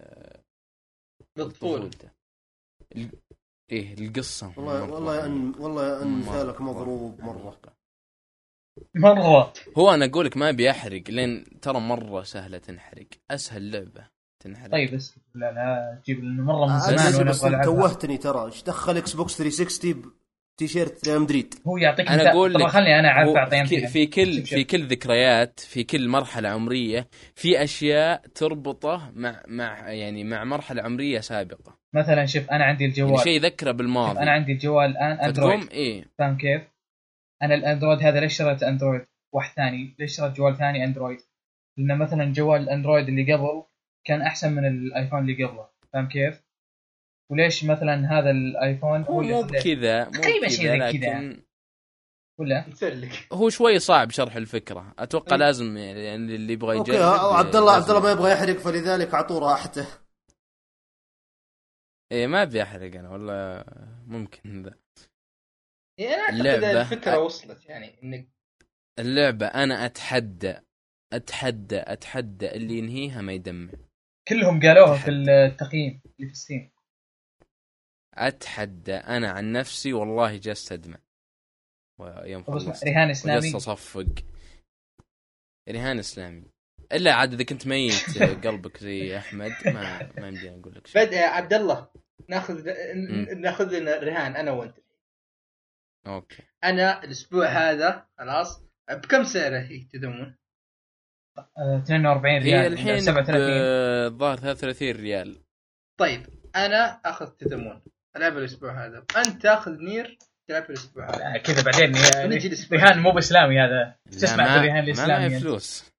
لطفولته. ايه القصة والله والله ان والله ان مثالك مضروب مرة مرة. هو انا اقولك ما بيحرق لين ترى مرة سهلة تنحرق، اسهل لعبة تنحرق. طيب بس لا لا تجيب لانه مرة من زمان زمان وانا ابغى العبها. توهتني ترى، ايش دخل اكس بوكس ثلاثمية وستين تي شيرت ريال مدريد؟ هو يعطيك انا اقول لك خلني انا اعرف اعطيهم في, في كل في كل ذكريات في كل مرحلة عمرية في اشياء تربطه مع مع يعني مع مرحلة عمرية سابقة. مثلا شوف انا عندي الجوال يعني شيء يذكره بالماضي، انا عندي الجوال الان اندرويد إيه؟ فاهم كيف؟ انا الاندرويد هذا ليش شريت اندرويد واحد ثاني؟ ليش شريت جوال ثاني اندرويد؟ لان مثلا جوال الاندرويد اللي قبل كان احسن من الايفون اللي قبله فاهم كيف؟ وليش مثلا هذا الايفون هو مو بكذا مو كذا لكن ولا هو شوي صعب شرح الفكرة، اتوقع أي. لازم يعني اللي يبغى يجرب. اوكي عبد الله عبد الله ما يبغى يحرق فلذلك اعطوه راحته. ايه ما بيحرق انا والله ممكن ذا. يعني انا اعتقد الفكره وصلت، يعني انك اللعبه انا اتحدى اتحدى اتحدى اللي ينهيها ما يدمع. كلهم قالوها في التقييم اللي في ستيم. اتحدى انا عن نفسي والله جلست ادمع ويوم خلصت. رهان اسلامي جلست اصفق. رهان اسلامي الا عاد اذا كنت ميت قلبك زي احمد ما ما يمدي اقول لك شيء. بدأ يا عبد الله ناخذ ناخذ لنا رهان انا وانت. اوكي انا الاسبوع هذا خلاص بكم سعره هي تدومون؟ اثنين وأربعين ريال. هي الحين سبعة وثلاثين الظاهر ثلاثة وثلاثين ريال. طيب انا اخذ تدومون العب الاسبوع هذا، انت تاخذ نير تلعب الاسبوع هذا كذا بعدين. رهان مو باسلامي هذا، تسمع الرهان الاسلامي؟ ما فلوس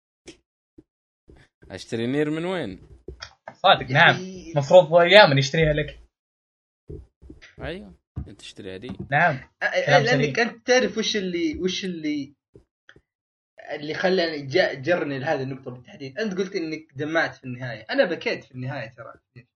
اشتري نير من وين؟ صادق نعم مفروض ايام نشتريها لك. ايوه انت تشتريها دي نعم لانك انت تعرف وش اللي وش اللي اللي خلاني جرني لهذه النقطه بالتحديد. انت قلت انك دمعت في النهايه، انا بكيت في النهايه ترى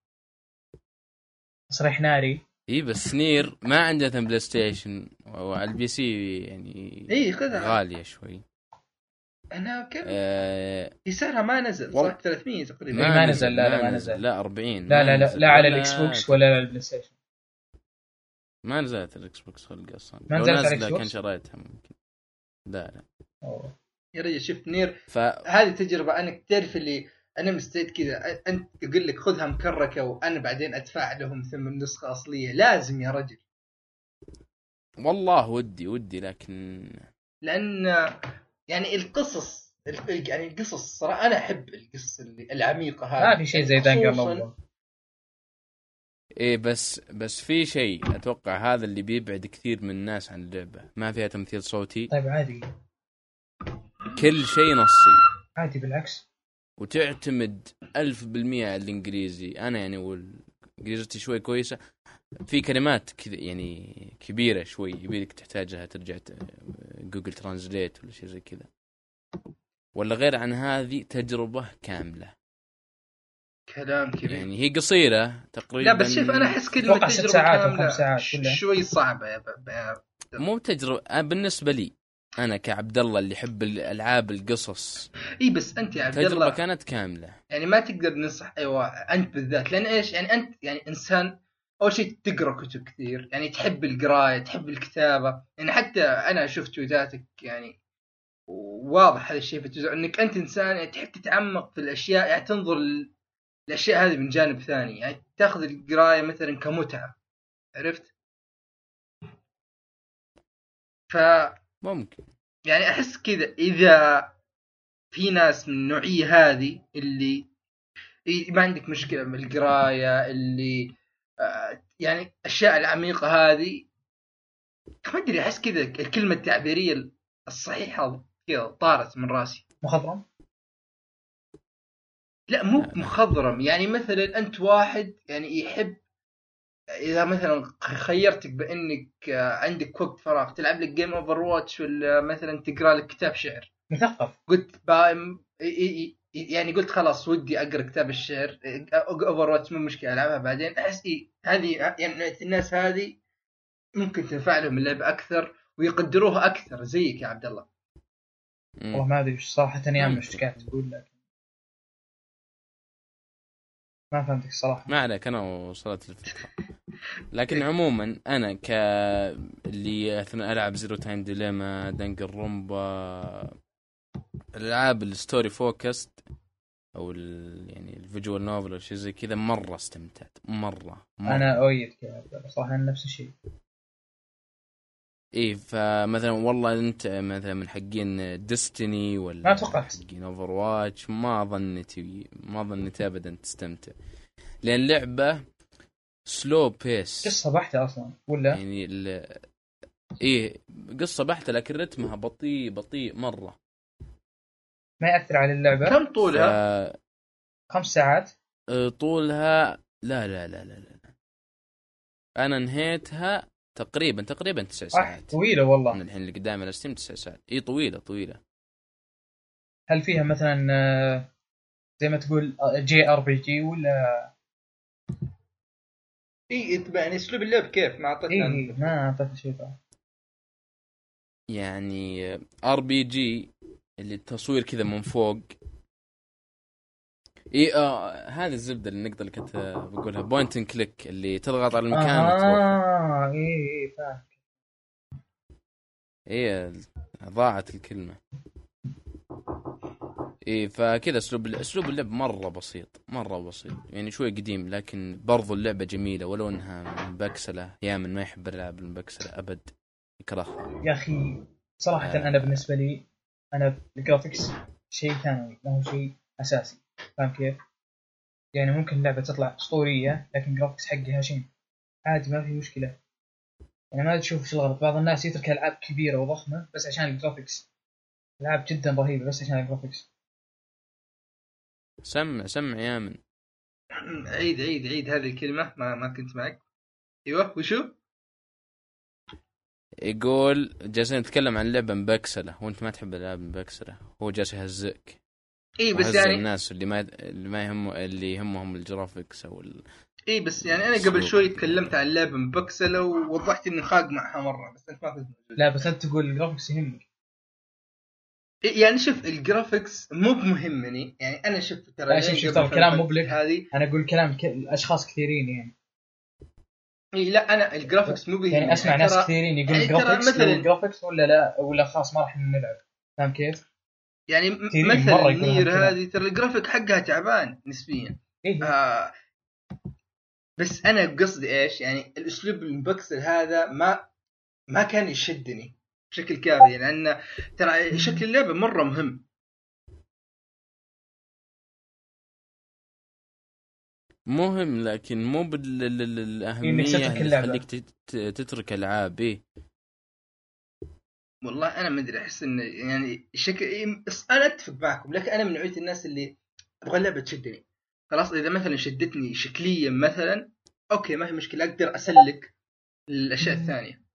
تصريح ناري. اي بس نير ما عندها بلاي ستيشن وعلى البي سي يعني اي خذها غاليه شوي. انا كم آه يسارها ما نزل صح ثلاثمية تقريبا ما, ما نزل. لا لا ما نزل. لا أربعين لا لا لا, لا على الاكس بوكس ولا على البلاي ستيشن. ما نزلت الاكس بوكس خلق اصلا. ما نزلت على الاكس بوكس كان شريتها ممكن. لا لا أوه. يا رجل شفت نير ف... هذه تجربه انك تعرف اللي انا مستعد كذا انت تقول لك خذها مكركه وانا بعدين ادفع لهم ثمن نسخه اصليه. لازم يا رجل والله ودي ودي لكن لان يعني القصص يعني القصص صراحه انا احب القصص العميقه هذه. ما في شيء زي دانجر. ايه بس بس في شيء اتوقع هذا اللي بيبعد كثير من الناس عن اللعبه، ما فيها تمثيل صوتي. طيب عادي كل شيء نصي عادي بالعكس، وتعتمد ألف بالمية على الإنجليزي. أنا يعني والإنجليزيتي شوي كويسة، في كلمات كذا يعني كبيرة شوي يبيلك تحتاجها ترجع جوجل ترانزليت ولا شيء زي كذا. ولا غير عن هذه تجربة كاملة. كلام كبير يعني هي قصيرة تقريبا. لا بس شوف أنا أحس كلمة تجربة كاملة ساعات شوي صعبة يا ب... مو تجربة بالنسبة لي أنا كعبد الله اللي يحب الألعاب القصص. إيه بس أنت يا عبد الله تجربة كانت كاملة يعني ما تقدر ننصح. أيوة أنت بالذات لأن إيش يعني أنت يعني إنسان أول شيء تقرأ كتب كثير، يعني تحب القراءة تحب الكتابة. يعني حتى أنا شفت تويتاتك يعني واضح هذا الشيء في التويتر انك انت انسان تحب تتعمق في الاشياء، يعني تنظر الاشياء هذه من جانب ثاني، يعني تاخذ القرايه مثلا كمتعه، عرفت؟ ف ممكن يعني احس كذا اذا في ناس من النوعيه هذه اللي ما عندك مشكله من القرايه، اللي آه يعني الاشياء العميقه هذه، ما ادري احس كذا الكلمه التعبيريه الصحيحه كذا طارت من راسي. مخضرم؟ لا مو مخضرم، يعني مثلا انت واحد يعني يحب، اذا مثلا خيرتك بانك عندك وقت فراغ تلعب لك جيم اوفر واتش ولا مثلا تقرا لك كتاب شعر، مثقف. قلت يعني قلت خلاص ودي اقرا كتاب الشعر اوفر واتش مو مشكله العبها بعدين، احس إيه هذه يعني الناس هذه ممكن تنفع لهم اللعبه اكثر ويقدروها اكثر زيك يا عبد الله. والله ما ادري صراحه يا عم ايش قاعد تقول لك، ما فهمتك الصراحه. ما عليك انا وصلت الفكره. لكن عموما انا ك اللي اثناء العب زيرو تايم ديليما، دنجر رومبا، الالعاب الستوري فوكست او ال... يعني الفيجوال نوفل او شيء زي كذا، مره استمتعت مره, مرة. انا اؤيد كذا صراحه نفس الشيء. ايه فمثلا والله انت مثلا من حقين ديستني ولا ما توقعت حقين اوفر واتش، ما ظنيتي ما ظنيتي ابدا تستمتع، لان لعبه سلو بيس، قصه بحته اصلا ولا يعني ال... ايه قصه بحته لكن رتمها بطيء بطيء مره، ما يأثر على اللعبه. كم طولها؟ ف... خمس ساعات طولها لا لا لا لا لا انا انهيتها تقريبا تقريبا تسع ساعات. طويله والله. من الحين اللي قدامي على ستيم تسع ساعات. اي طويله طويله. هل فيها مثلا زي ما تقول جي ار بي جي ولا اي يعني اسلوب اللعب كيف ما اعطتنا؟ إيه ما اعطتني شيء طبعا. يعني ار بي جي اللي التصوير كذا من فوق. اي آه هذه الزبده اللي النقطه اللي كنت بقولها، بوينت اند كليك اللي تضغط على المكان اه اي اي فاهم. ايه ضاعت الكلمه. ايه فكذا اسلوب اسلوب اللعب مره بسيط مره بسيط، يعني شوي قديم لكن برضو اللعبه جميله، ولو انها مبكسله. يا من ما يحب الالعاب المبكسله ابد يكرهها يا اخي صراحه. آه. انا بالنسبه لي انا الجرافيكس شيء ثانوي، ما هو شيء اساسي. فاهم كيف؟ يعني ممكن اللعبه تطلع اسطوريه لكن جرافيكس حقها هشيم عادي، ما في مشكله. انا ما تشوف شو الغلط. بعض الناس يترك العاب كبيره وضخمه بس عشان الجرافيكس، العاب جدا رهيبه بس عشان الجرافيكس. سمع سمع يا من. عيد عيد عيد هذه الكلمه، ما ما كنت معك. ايوه وشو يقول؟ جالسين نتكلم عن لعبه مبكسله وانت ما تحب الالعاب المبكسله، هو جالس يهزئك. اي بس يعني الناس اللي ما اللي ما يهم اللي يهمهم الجرافيكس او ال... اي بس يعني انا قبل شوي تكلمت عن لعبه مبكسله ووضحت اني خاق معها مره، بس انت ما فهمت. لا بس انت تقول الجرافيكس يهمك. يعني شوف الجرافيكس مو بمهمني، يعني انا شفت ترى شوف ترى كلام مو بلك هذه، انا اقول كلام ك... اشخاص كثيرين يعني. اي لا انا الجرافيكس مو بيهمني، يعني اسمع يعني ناس كثيرين يقول يعني الجرافيكس مثلا الجرافيكس ولا لا ولا خلاص ما راح نلعب. فاهم كيف؟ يعني مثلا نير هذه ترى الجرافيك حقها تعبان نسبيا. إيه؟ آه بس انا قصدي ايش، يعني الاسلوب المبكسل هذا ما ما كان يشدني بشكل كافي، لان ترى شكل اللعبه مره مهم. مهم لكن مو بالاهميه اللي تخليك تترك العاب. ايه والله انا ما ادري، احس ان يعني شكل انا اتفق معكم، لكن انا من نوعيه الناس اللي ابغى اللعبه تشدني. خلاص اذا مثلا شدتني شكليا مثلا اوكي ما في مشكله، اقدر اسلك الاشياء الثانيه.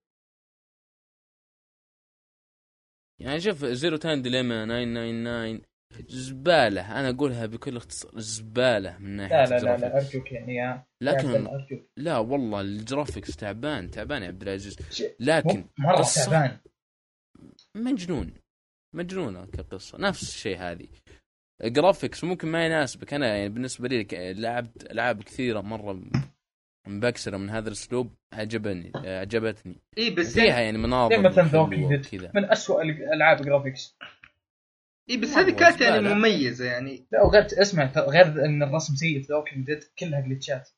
يعني شوف زيرو تايم ديليما تسعمية وتسعة وتسعين زباله، انا اقولها بكل اختصار زباله من ناحيه لا لا لا, لا ارجوك يعني يا لكن أرجوك. لا والله الجرافيكس تعبان تعبان يا عبد العزيز، لكن مره تعبان مجنون مجنونه كقصه نفس الشيء. هذه جرافيكس ممكن ما يناسبك. انا يعني بالنسبه لي لعبت العاب كثيره مره مبكسره من هذا الاسلوب، عجبني عجبتني. اي بس فيها يعني مناظر مثلا كذا من اسوأ الالعاب جرافيكس اي بس مرة هذه كانت يعني زبالة. مميزه يعني. لا وغير اسمع، غير ان الرسم سيء في ووكينج ديد كلها جلitchات.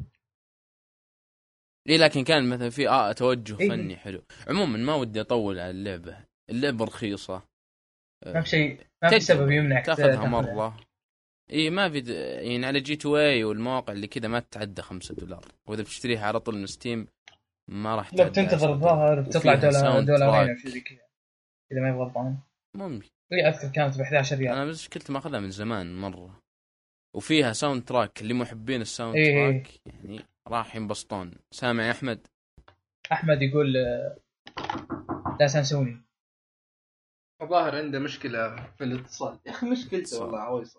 إيه لكن كان مثلا في آه توجه إيه. فني حلو. عموما ما ودي أطول على اللعبة، اللعبة رخيصة، ما في شيء، ما في سبب يمنعك تاخذها مرة. إيه ما في د... يعني على جي تو اي والمواقع اللي كذا ما تتعدى خمسة دولار، وإذا بتشتريها على طول من ستيم ما راح لا تعدى. بتنتظر الظاهر بتطلع دولار دولارين أو شيء زي كذا إذا ما يبغى غلطان. ممكن. إيه أذكر كانت ب إحدى عشر ريال. أنا بس مشكلتي ما أخذها من زمان مرة، وفيها ساوند تراك اللي محبين الساوند إيه. تراك يعني راح ينبسطون. سامع يا أحمد؟ أحمد يقول لا تنسوني. الظاهر عنده مشكله في الاتصال يا اخي، مشكلته والله عويصه.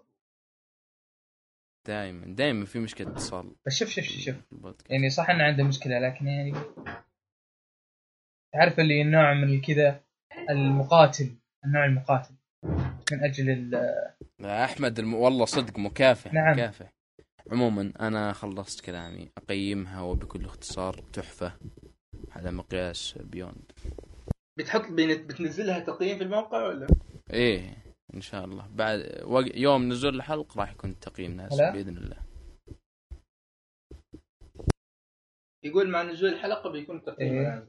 دائما دائما في مشكلة اتصال. بس شوف شوف شوف يعني صح إنه عنده مشكلة، لكن يعني تعرف اللي النوع من كذا المقاتل، النوع المقاتل من أجل ال أحمد الم... والله صدق مكافح. نعم. مكافح. عموما أنا خلصت كلامي، أقيمها وبكل اختصار تحفة على مقياس بيوند. بتحط بين... بتنزلها تقييم في الموقع ولا؟ إيه إن شاء الله بعد وق... يوم نزول الحلقة راح يكون تقييم ناس لا. بإذن الله. يقول مع نزول الحلقة بيكون تقييم إيه. نازل.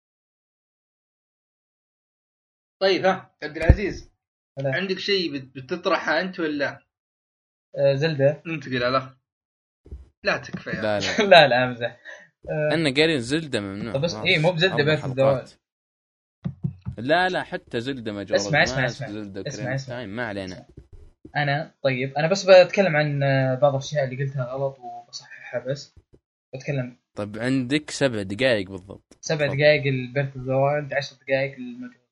طيب ها عبد العزيز، لا. عندك شيء بت... بتطرحه أنت ولا آه زلدة؟ ننتقل على لا تكفى يا لا لا لا لا أمزح. آه. أنا قارين زلدة ممنوع. بس إيه مو بزلدة بيت الدوال. لا لا حتى زلدة مجرد. اسمع اسمع اسمع زلدة اسمع, اسمع. ما علينا. أنا طيب أنا بس بتكلم عن بعض الأشياء اللي قلتها غلط وبصححها، بس بتكلم. طب عندك سبع دقائق بالضبط. سبع دقائق البيت الدوال، عشر دقائق المجرد.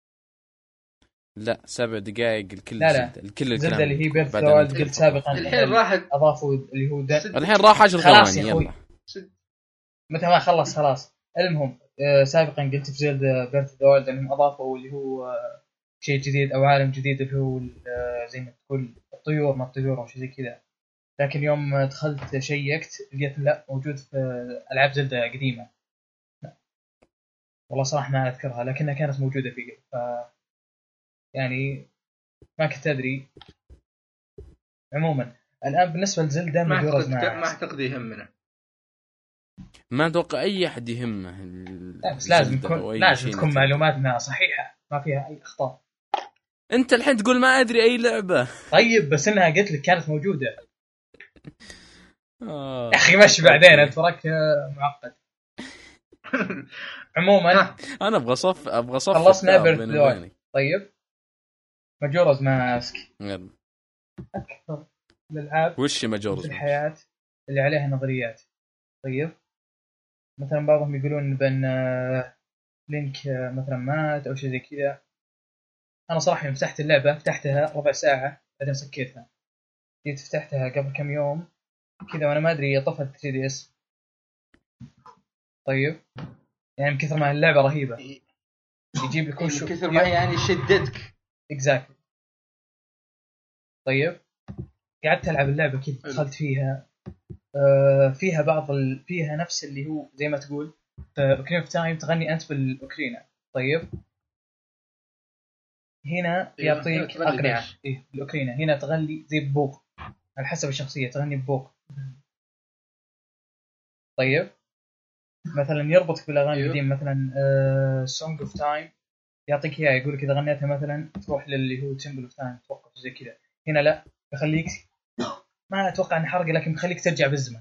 لا سبع دقائق الكل. لا لا زلدة. الكل زلدة اللي هي بيت الدوال قلت سابقا. الحين راحت أضافوا اللي هو ده. الحين راح عشر خلاص ثواني يا أخوي. متى ما خلص خلاص. المهم آه سابقا قلت في زلدة بيت الدوال انهم اضافوا اللي هو آه شيء جديد او عالم جديد اللي هو آه زي ما تقول الطيور، ما الطيور او شيء زي كذا. لكن يوم دخلت شيكت لقيت لا موجود في العاب زلدة قديمه. لا. والله صراحه ما اذكرها لكنها كانت موجوده في قبل، ف يعني ما كنت ادري. عموما الان بالنسبه لزلدة ما مجرد ما ما اعتقد يهمنا. ما اتوقع اي احد يهمه. لا بس لازم تكون لازم تكون معلوماتنا صحيحه ما فيها اي اخطاء. انت الحين تقول ما ادري اي لعبه. طيب بس انها قلت لك كانت موجوده. آه. يا اخي ماشي بعدين انت وراك معقد. عموما انا ابغى صف ابغى صف خلصنا بالدوال. طيب ماجورز ماسك يلا. اكثر الالعاب وش ماجورز في الحياه اللي عليها نظريات. طيب مثلا بعضهم يقولون بان لينك مثلا مات او شيء زي كذا. انا صراحه يوم فتحت اللعبه فتحتها ربع ساعه بعدين سكيتها. جيت فتحتها قبل كم يوم كذا وانا ما ادري طفت ثري دي اس. طيب يعني من كثر ما اللعبه رهيبه يجيب لك وش كثر ما يعني شدتك. اكزاكتلي. طيب قعدت العب اللعبه كذا دخلت فيها آه فيها بعض ال... فيها نفس اللي هو زي ما تقول اوكرين اوف تايم تغني انت بالاوكرينا. طيب هنا يعطيك اقنعه ايه بالاوكرينا. هنا تغني زي ببوق على حسب الشخصيه تغني ببوق. طيب مثلا يربطك بالاغاني القديمه مثلا سونج اوف تايم يعطيك اياه يقول لك اذا غنيتها مثلا تروح للي هو تمبل اوف تايم توقف زي كذا. هنا لا بخليك ما اتوقع ان حرقه لكن بخليك ترجع بالزمن.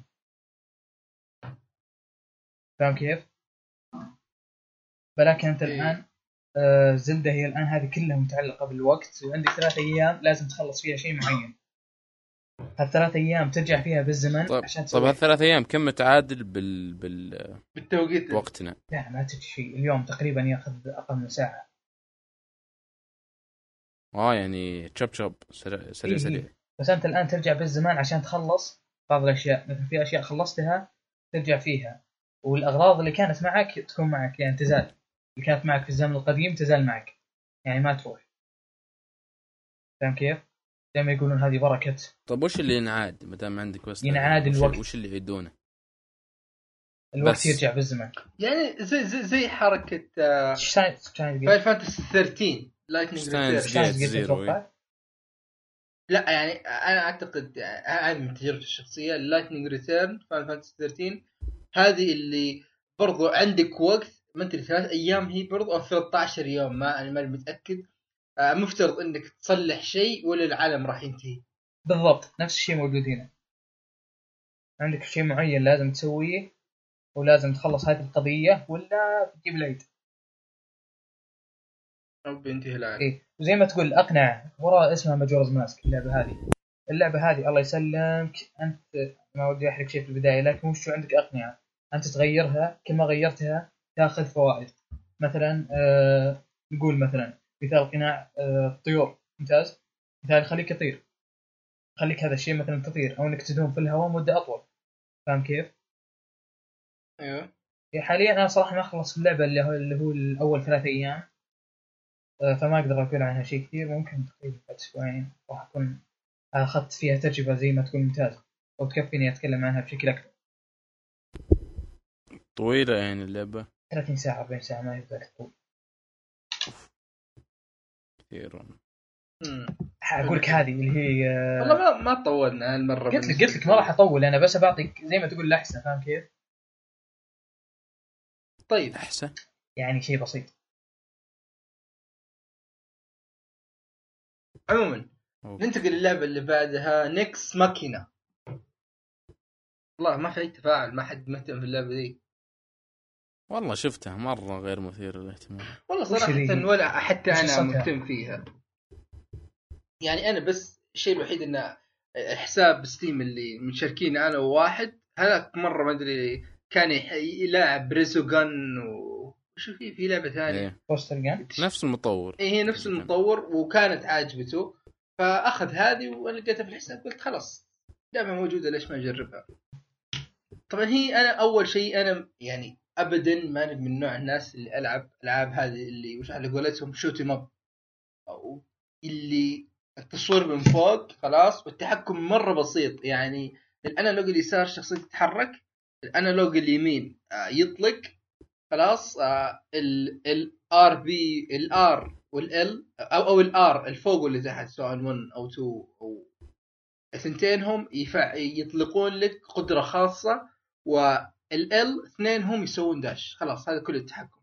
فاهم كيف؟ ولكن انت الان آه زلدة هي الان هذه كلها متعلقه بالوقت وعندك ثلاثة ايام لازم تخلص فيها شيء معين. هالثلاث ايام ترجع فيها بالزمن. طيب عشان طيب هالثلاث ايام كم متعادل بال بال بالتوقيت وقتنا؟ لا ما تجي شيء. اليوم تقريبا ياخذ اقل من ساعه. اه يعني تشوب تشوب سريع سريع, سريع. بس انت الان ترجع بالزمان عشان تخلص بعض الاشياء. مثل في اشياء خلصتها ترجع فيها والاغراض اللي كانت معك تكون معك يعني تزال. اللي كانت معك في الزمن القديم تزال معك يعني ما تروح. فاهم كيف؟ زي ما يقولون هذه بركه. طب وش اللي ينعاد ما دام عندك بس ينعاد الوقت؟ وش اللي يعيدونه؟ الوقت بس. يرجع بالزمن يعني زي زي, زي حركه شاين شاين فاينل فانتسي ثيرتين لايتنينج ستاينز جيت زيرو. لا يعني انا اعتقد هذه من تجربتي الشخصيه، اللايتنينج ريتيرن فاينل فانتسي ثيرتين هذه اللي برضو عندك وقت ما ادري ثلاث ايام هي برضو او ثلاثة عشر يوم، ما انا ماني متاكد. آه، مفترض انك تصلح شيء ولا العالم راح ينتهي. بالضبط نفس الشيء موجود هنا، عندك شيء معين لازم تسويه ولازم تخلص هذه القضية ولا تجيب العيد. او بينتهي العالم. إيه وزي ما تقول أقنع ورا اسمها ماجورز ماسك. اللعبة هذه اللعبة هذه الله يسلمك أنت، ما ودي أحرق شيء في البداية لكن وش عندك أقنعة أنت تغيرها، كل ما غيرتها تأخذ فوائد. مثلا آه نقول مثلا مثال قناع آه الطيور ممتاز، مثال يخليك تطير، خليك هذا الشيء مثلا تطير أو إنك تدوم في الهواء مدة أطول. فاهم كيف؟ ايوه حاليا أنا صراحة ما خلصت اللعبة اللي هو اللي هو الأول ثلاثة أيام، فما أقدر أقول عنها شيء كثير. ممكن تقريبا بعد أسبوعين راح أكون أخذت فيها تجربة زي ما تكون ممتازة وتكفيني أتكلم عنها بشكل أكثر. طويلة يعني اللعبة ثلاثين ساعة أربعين ساعة ما يبدأ طول. كثير. أقول لك هذه اللي هي والله ما ما طولنا هالمرة. قلت لك قلت لك ما راح أطول أنا، بس بعطيك زي ما تقول الأحسن. فاهم كيف؟ طيب أحسن يعني شيء بسيط. عموما ننتقل للعبة اللي بعدها نيكس ماكينة. والله ما في أي تفاعل، ما حد مهتم في اللعبة دي. والله شفتها مرة غير مثير للاهتمام والله صراحة ولا حتى أنا مهتم فيها. يعني أنا بس الشيء الوحيد إن حساب ستيم اللي مشاركين أنا وواحد هذاك مرة ما أدري كان يلعب بريزوغان وشو في في لعبة ثانية بوستر جان نفس المطور. إيه هي نفس المطور وكانت عاجبته فأخذ هذه وأنا لقيتها في الحساب قلت خلاص لعبة موجودة ليش ما أجربها. طبعا هي أنا أول شيء أنا يعني أبدا ما من نوع الناس اللي ألعب ألعاب هذه اللي وش على قولتهم شوتي ماب أو اللي التصوير من فوق خلاص والتحكم مرة بسيط. يعني الأنالوج اليسار شخصية تتحرك، الأنالوج اليمين يطلق خلاص. ال ال ار بي ال ار والال او او الار الفوق واللي تحت سواء واحد او اثنين او اثنتينهم يفع يطلقون لك قدرة خاصة، والال اثنينهم يسوون داش. خلاص هذا كل التحكم.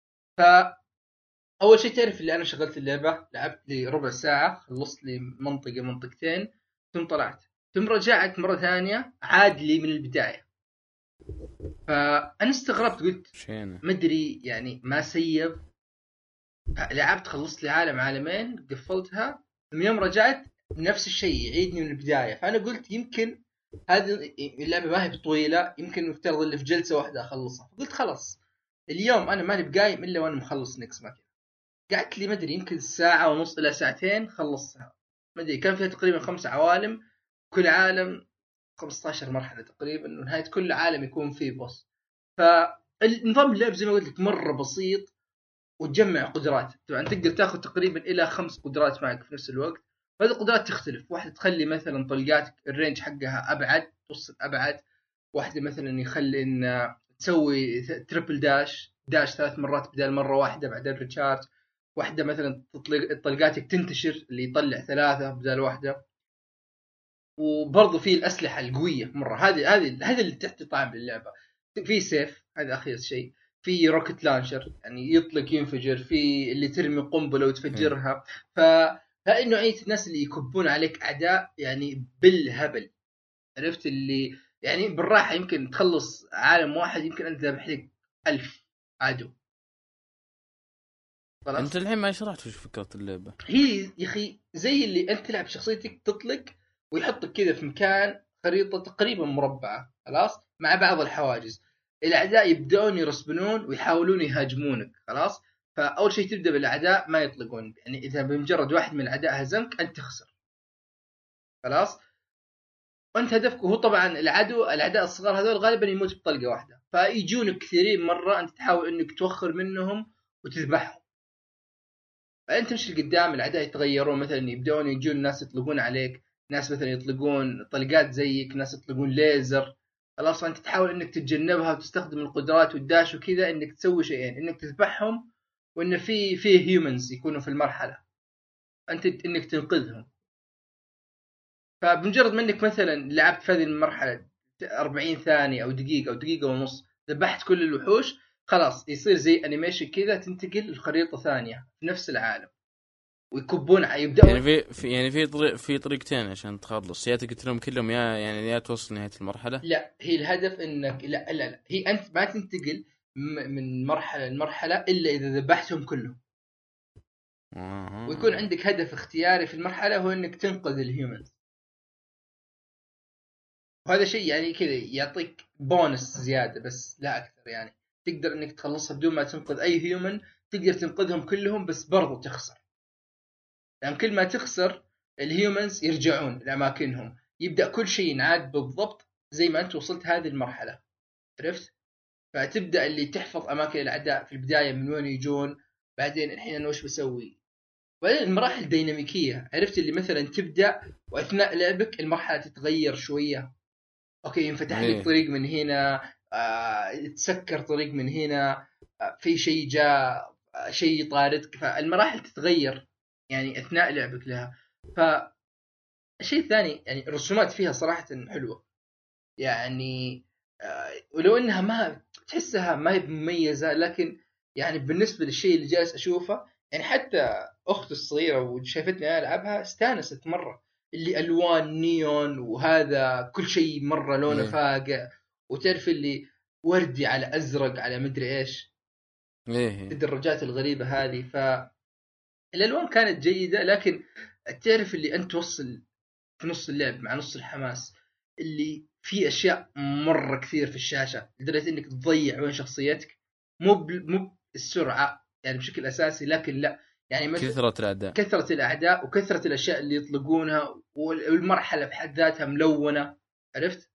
فأول شيء تعرف اللي أنا شغلت اللعبة لعبت لي ربع ساعة خلصت لي منطقة منطقتين ثم طلعت ثم رجعت مرة ثانية عاد لي من البداية. فأنا استغربت قلت مدري يعني ما سيب لعبت خلصت لي عالم عالمين قفلتها من يوم رجعت نفس الشيء يعيدني من البداية. فأنا قلت يمكن هذه اللعبة ما هي بطويلة يمكن نفترض اللي في جلسة واحدة أخلصها. فقلت خلاص اليوم أنا ماني بقايم إلا وأنا مخلص نيكس ماكينة. قعدت لي مدري يمكن ساعة ونص إلى ساعتين خلصتها. مدري كان فيها تقريبا خمس عوالم كل عالم خمسة عشر مرحلة تقريبا ونهاية كل عالم يكون فيه بوس. فالنظام اللعب زي ما قلت لك مرة بسيط وتجمع قدرات. طبعا تقدر تاخذ تقريبا الى خمس قدرات معك في نفس الوقت. هذه القدرات تختلف، واحدة تخلي مثلا طلقاتك الرينج حقها ابعد توصل ابعد، واحدة مثلا يخلي ان تسوي تريبل داش داش ثلاث مرات بدل مرة واحدة بعد الريتشارج، واحدة مثلا تطلق طلقاتك تنتشر اللي يطلع ثلاثة بدل واحدة. وبرضو في الأسلحة القوية مرة هذه هذه هذا اللي تعطي طعم للعبة. في سيف هذا أخير شيء، في روكت لانشر يعني يطلق ينفجر، في اللي ترمي قنبلة وتفجرها. فهذه نوعية الناس اللي يكبون عليك أعداء يعني بالهبل. عرفت اللي يعني بالراحة يمكن تخلص عالم واحد يمكن أنت ذبح لك ألف عدو. خلاص أنت الحين ما شرحت وش فكرة اللعبة. هي يا أخي زي اللي أنت تلعب شخصيتك تطلق ويحطك كذا في مكان خريطة تقريبا مربعة خلاص مع بعض الحواجز. الأعداء يبدأون يرسبنون ويحاولون يهاجمونك خلاص. فأول شيء تبدأ بالأعداء ما يطلقون، يعني إذا بمجرد واحد من الأعداء هزمك أنت تخسر خلاص. وأنت هدفك وهو طبعا العدو الأعداء الصغار هذول غالبا يموت بطلقة واحدة، فيجونك كثيرين مرة أنت تحاول أنك توخر منهم وتذبحهم. فأنت تمشي لقدام الأعداء يتغيرون، مثلا يبدأون يجون ناس يطلقون عليك، ناس مثلا يطلقون طلقات زيك، ناس يطلقون ليزر خلاص. أنت تحاول إنك تتجنبها وتستخدم القدرات والداش وكذا إنك تسوي شيئين، إنك تذبحهم وإن في فيه هيومنز يكونوا في المرحلة أنت إنك تنقذهم. فبمجرد منك مثلا لعبت في هذه المرحله أربعين ثانيه او دقيقه او دقيقه ونص ذبحت كل الوحوش، خلاص يصير زي انيميشن كذا، تنتقل لخريطه ثانيه في نفس العالم ويكبون يبداون يعني في, في يعني في طريق في طريقتين عشان تخلص، يا تقتلهم كلهم يا يعني يا توصل نهايه المرحله. لا هي الهدف انك لا لا لا هي انت ما تنتقل من مرحله لمرحله الا اذا ذبحتهم كلهم. آه. ويكون عندك هدف اختياري في المرحله هو انك تنقذ الهيومنز، وهذا شيء يعني كذا يعطيك بونس زياده بس لا اكثر. يعني تقدر انك تخلصها بدون ما تنقذ اي هيومن، تقدر تنقذهم كلهم بس برضو تخسر، لان يعني كل ما تخسر الهيومنز يرجعون لاماكنهم، يبدا كل شيء ينعاد بالضبط زي ما انت وصلت هذه المرحله، عرفت؟ فتبدا اللي تحفظ اماكن الاعداء في البدايه من وين يجون، بعدين الحين انا وش بسوي. وبعدين المراحل ديناميكيه، عرفت اللي مثلا تبدا واثناء لعبك المرحله تتغير شويه، اوكي ينفتح لك طريق من هنا، آه، تسكر طريق من هنا، آه، في شيء جاء، آه، شيء يطاردك، فالمراحل تتغير يعني اثناء لعبك لها. فالشيء الثاني يعني الرسومات فيها صراحه حلوه، يعني آه، ولو انها ما تحسها ما هي مميزه، لكن يعني بالنسبه للشيء اللي جالس اشوفه، يعني حتى اختي الصغيره وشافتني العبها استانست مره، اللي الوان نيون وهذا كل شيء مره لونه فاقع، وتعرف اللي وردي على ازرق على مدري ايش، ايه الدرجات الغريبه هذه. ف الالوان كانت جيده، لكن تعرف اللي انت توصل في نص اللعب مع نص الحماس اللي في اشياء مره كثير في الشاشه لدرجه انك تضيع وين شخصيتك، مو مو السرعه يعني بشكل اساسي، لكن لا يعني مثل كثرة الاعداء كثرة الاعداء وكثرة الاشياء اللي يطلقونها، والمرحله بحد ذاتها ملونه، عرفت؟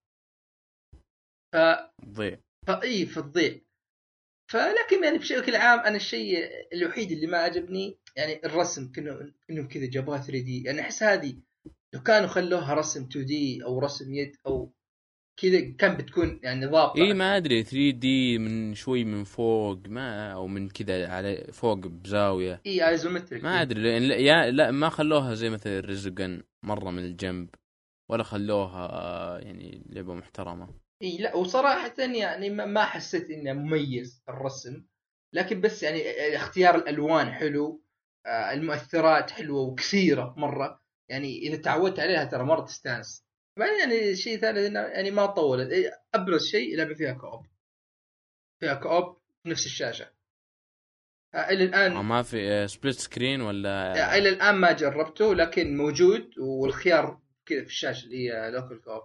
ف ضيع فاي في الضيع. فلكن يعني بشكل عام انا الشيء الوحيد اللي ما عجبني يعني الرسم، كانه انه كذا جابوها ثري دي، يعني احس هذه لو كانوا خلوها رسم تو دي او رسم يد او كذا كان بتكون يعني ضابطه. اي ما ادري ثري دي من شوي من فوق ما او من كذا على فوق بزاويه، اي ايزومتريك ما ادري لان لا, يا لا ما خلوها زي مثل ريزوغن مره من الجنب، ولا خلوها يعني لعبه محترمه. اي لا وصراحه يعني ما حسيت انه مميز الرسم، لكن بس يعني اختيار الالوان حلو، المؤثرات حلوه وكثيره مره، يعني اذا تعودت عليها ترى مره تستانس. بعدين يعني شيء ثالث يعني ما طولت، ابرز شيء لعبه فيها كوب، فيها كوب في نفس الشاشه الى الان. ما في سبليت سكرين ولا الى الان ما جربته، لكن موجود والخيار كذا في الشاشه اللي هي لوكال كوب.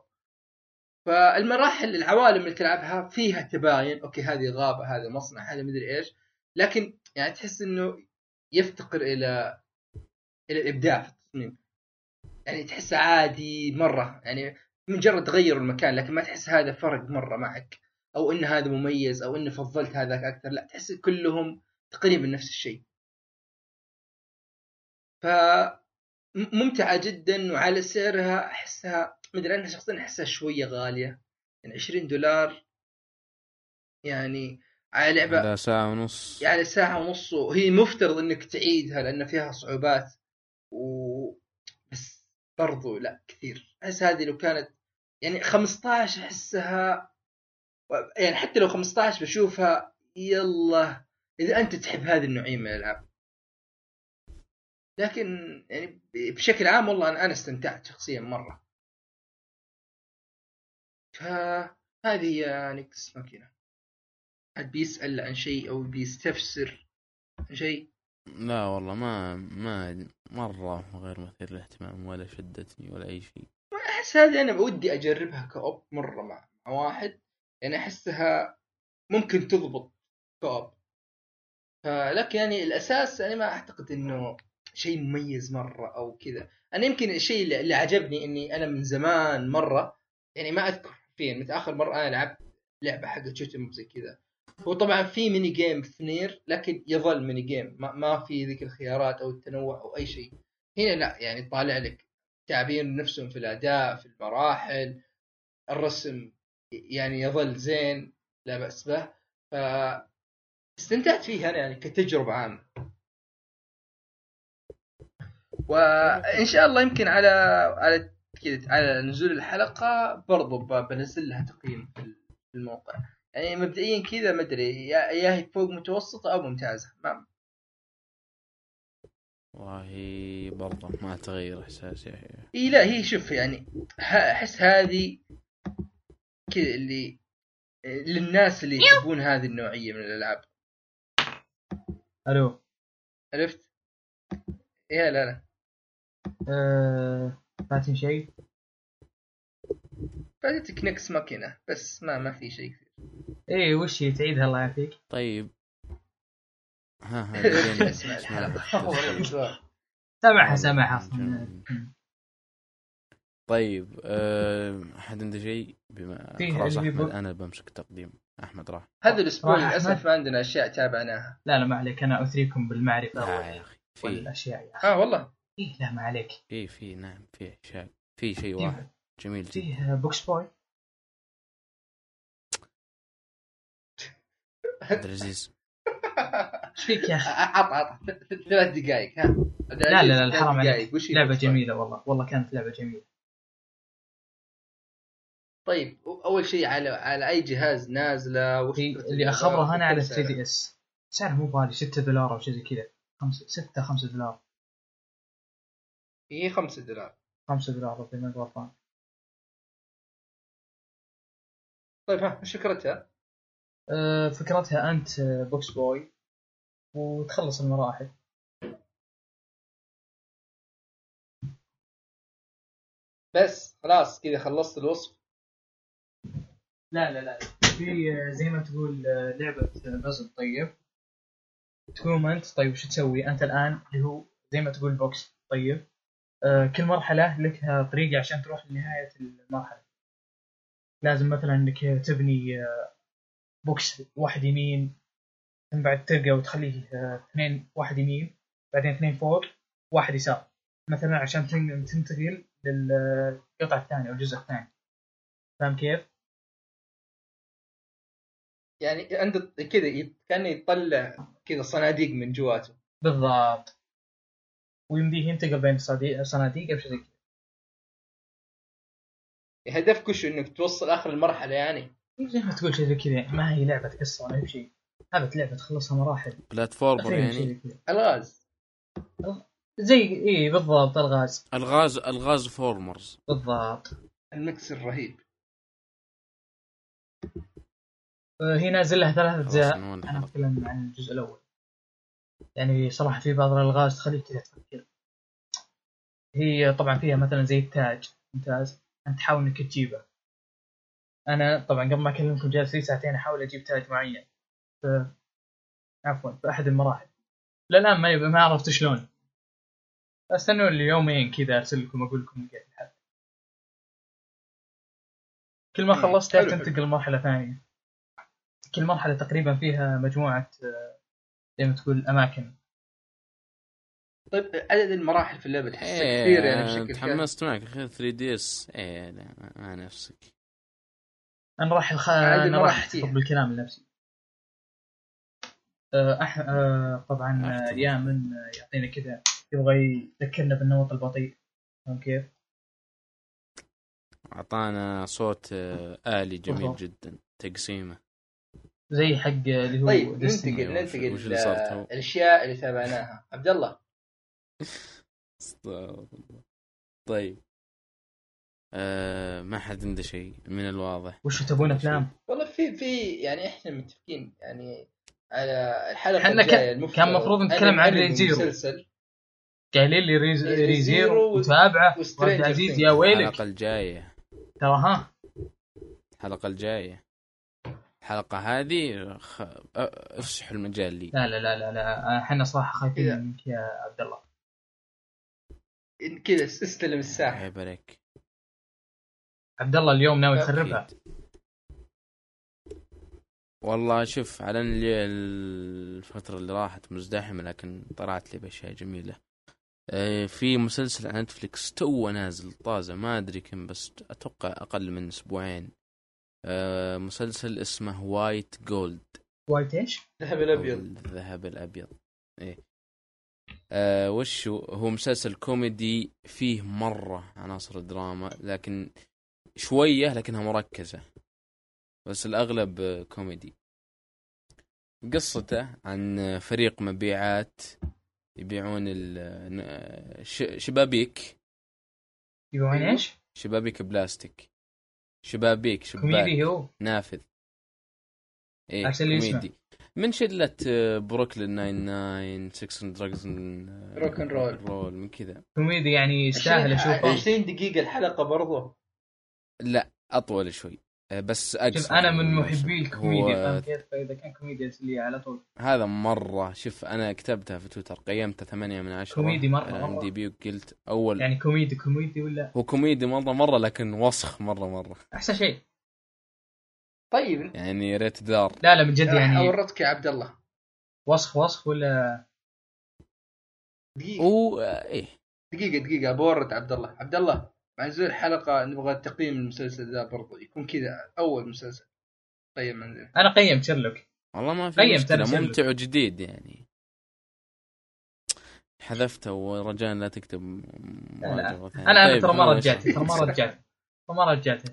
فالمراحل العوالم اللي تلعبها فيها تباين، اوكي هذه غابه، هذا مصنع، هذا مدري ايش، لكن يعني تحس انه يفتقر الى الى الابداع في التصميم، يعني تحس عادي مره، يعني مجرد تغير المكان، لكن ما تحس هذا فرق مره معك او ان هذا مميز او ان فضلت هذاك اكثر، لا تحس كلهم تقريبا نفس الشيء. ف ممتعه جدا، وعلى سعرها احسها مدري انا شخصيا احسها شويه غاليه، يعني عشرين دولار يعني على لعبه على ساعه ونص، يعني ساعه ونص، وهي مفترض انك تعيدها لان فيها صعوبات و بس برضو لا كثير. احس هذه لو كانت يعني خمسة عشر احسها، يعني حتى لو خمسة عشر بشوفها يلا اذا انت تحب هذه النوعيه من الالعاب، لكن يعني بشكل عام والله انا انا استمتعت شخصيا مره. فهذه يعني قصة ماكينة. حد بيسأل عن شيء او بيستفسر عن شيء؟ لا والله ما ما مرة غير مثير للاهتمام ولا شدتني ولا أي شيء. أحس هذه أنا بودي أجربها كأوب مرة مع واحد، يعني أحسها ممكن تضبط كأوب، فلك يعني الأساس يعني ما أعتقد إنه شيء مميز مرة أو كذا. أنا يمكن الشيء اللي, اللي عجبني إني أنا من زمان مرة يعني ما أذكر فين متى آخر مرة أنا لعبت لعبة حقت شوتم زي كذا. هو طبعا في ميني جيم في نير، لكن يظل ميني جيم، ما, ما في ذيك الخيارات أو التنوع أو أي شيء. هنا لا يعني طالع لك تعبين نفسهم في الأداء في المراحل، الرسم يعني يظل زين لا بأس به، فاستمتعت فيها أنا يعني كتجربة عامة. وإن شاء الله يمكن على على كذا على نزول الحلقة برضو بنزل لها تقييم في الموقع. يعني مبدئيا كذا ما ادري يا يا هي فوق متوسطة او ممتازة. ما والله برضه ما تغير احساسي. اي لا هي شوف يعني احس هذه كذا اللي للناس اللي يحبون هذه النوعية من الالعاب. الو عرفت؟ يا لا لا أه... فاتن شيء فاتتك نكس ماكينة بس ما ما في شيء كثير. ايه وش هي تعيدها الله يعافيك. طيب ها ها اسمع الحلقة. سامعها سامعها طيب احد عنده شيء؟ بما خلاص احمد انا بمسك تقديم. احمد راح هذا الاسبوع للاسف ما عندنا اشياء تابعناها. لا لا ما عليك انا اثريكم بالمعرفه. لا يا اخي في الاشياء يا اخي اه والله ايه لا ما عليك. ايه في نعم في اشياء في شيء واحد جميل جدا فيه بوكس بوي عبد العزيز. ايش فيك يا اخي؟ عط عط ثلاث دقائق ها. لا لا لا الحرام عليك لعبه جميله والله والله كانت لعبه جميله. طيب اول شيء على على اي جهاز نازله وش اللي اخبره انا على ثري دي اس سعره مو غالي ستة دولار او شيء زي كذا. خمسة ستة خمسة دولار. هي خمسة دولار خمسة دولار ربي ما غلطان. طيب ها ايش فكرتها؟ أه فكرتها انت بوكس بوي وتخلص المراحل. بس خلاص كذا خلصت الوصف. لا لا لا في زي ما تقول لعبة بازل. طيب تقوم أنت طيب وش تسوي أنت الآن اللي هو زي ما تقول بوكس. طيب آه كل مرحلة لك طريقة عشان تروح لنهاية المرحلة. لازم مثلا إنك تبني آه بوكس واحد يمين ثم بعد ترقى وتخليه آه اثنين واحد يمين بعدين اثنين فوق واحد يسار مثلا عشان تنتقل للقطعة الثانية أو الجزء الثاني. فاهم كيف؟ يعني عند كذا كان يطلع كذا صناديق من جواته. بالضبط ويمديه ينتقل بين صناديق أو شيء كذا. هدفك وش انك توصل اخر المرحله يعني؟ زي ما تقول شيء كذا ما هي لعبه قصه ولا شيء. هذا لعبه تخلصها مراحل بلاتفورمر يعني الغاز زي ايه بالضبط الغاز الغاز الغاز فورمرز بالضبط. المكس الرهيب. هي نازل لها ثلاث أجزاء. أنا أتكلم عن الجزء الأول. يعني صراحة في بعض الألغاز تخليك كذا تفكر. هي طبعا فيها مثلا زي التاج ممتاز أنت تحاول إنك تجيبه. أنا طبعا قبل ما أكلمكم جالس لي ساعتين أحاول أجيب تاج معين ف... عفوا في أحد المراحل. لا لا ما يبقى ما عرفت شلون. أستنوا لي يومين كذا أرسل لكم أقول لكم كيف الحل. كل ما خلصت تنتقل مرحلة ثانية. كل مرحلة تقريبا فيها مجموعة زي ما تقول أماكن. طيب عدد المراحل في اللعبة تحسها كثير يعني بشكل تحمست معك أخير ثري دي إس. إيه لا ما نفسك. أنا راح الخ... أنا راح أحتفظ بالكلام لنفسي. أح... أه... طبعا يا من يعطينا كذا يبغى يذكرنا بالنمط البطيء. فهم كيف؟ أعطانا صوت آلي جميل أوه. جدا تقسيمه زي حق اللي هو. طيب ننتقل ننتقل الأشياء اللي تابعناها. عبد الله. طيب آه ما حد عنده شيء من الواضح. وش تبون أفلام؟ والله في في يعني إحنا متفقين يعني على الحلقة الجاية المفروض كان مفروض نتكلم عن ريزيرو. قايلين لي ريز... ريزيرو وتابعه وعبد العزيز يا ويلك. الحلقة الجاية ترى ها الحلقة الجاية الحلقة هذه خ... افسح المجال لي. لا لا لا لا لا احنا صراحة خايفين منك يا عبد الله. كذا استلم الساحة. عيب عليك عبد الله اليوم ناوي تخربها. والله شوف على اللي الفترة اللي راحت مزدحمة لكن طلعت لي بأشياء جميلة. في مسلسل على نتفليكس تو نازل طازة ما أدري كم بس أتوقع أقل من أسبوعين. مسلسل اسمه وايت جولد. وايت إيش؟ ذهب الأبيض. الذهب الأبيض. إيه أه وش هو هو مسلسل كوميدي فيه مرة عناصر دراما لكن شوية لكنها مركزة بس الأغلب كوميدي. قصته عن فريق مبيعات يبيعون الشبابيك. يبيعون ايش؟ شبابيك بلاستيك. شبابيك شباك كوميدي هو نافذ. ايه كوميدي كوميدي من شلة بروكلين ناين ناين سكس اند دراجز روك اند رول رول من كذا. كوميدي يعني يستاهل اشوفه. عشرين دقيقة الحلقة برضو. لا اطول شوي بس اقصر. انا من محبي الكوميديا هو... فاهم كيف؟ فاذا كان كوميديا لي على طول. هذا مرة شوف انا كتبتها في تويتر قيمته ثمانية من عشرة كوميدي مرة ام دي بي وقلت اول يعني كوميدي كوميدي ولا هو كوميدي مرة مرة لكن وسخ مرة مرة احسن شيء. طيب يعني ريت دار. لا لا من جد يعني اورطك يا عبد الله. وسخ وسخ ولا دقيقة و ايه دقيقة دقيقة بورط عبد الله. عبد الله مع نزول الحلقة نبغى تقييم المسلسل ذا برضو يكون كذا أول مسلسل. طيب منزل أنا قيمت شيرلوك والله ما في مشكلة ممتع وجديد يعني. حذفته ورجاء لا تكتب مراجعة ثانية. أنا طيب ترى ما رجعت ترى ما رجعت ما رجعت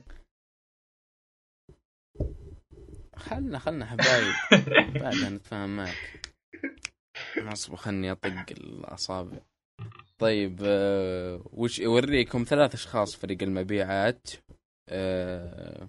خلنا خلنا حبايب بعدها نتفاهم معك. اصبر خلني اطق الاصابع. طيب أه وش يوريكم ثلاث اشخاص فريق المبيعات. أه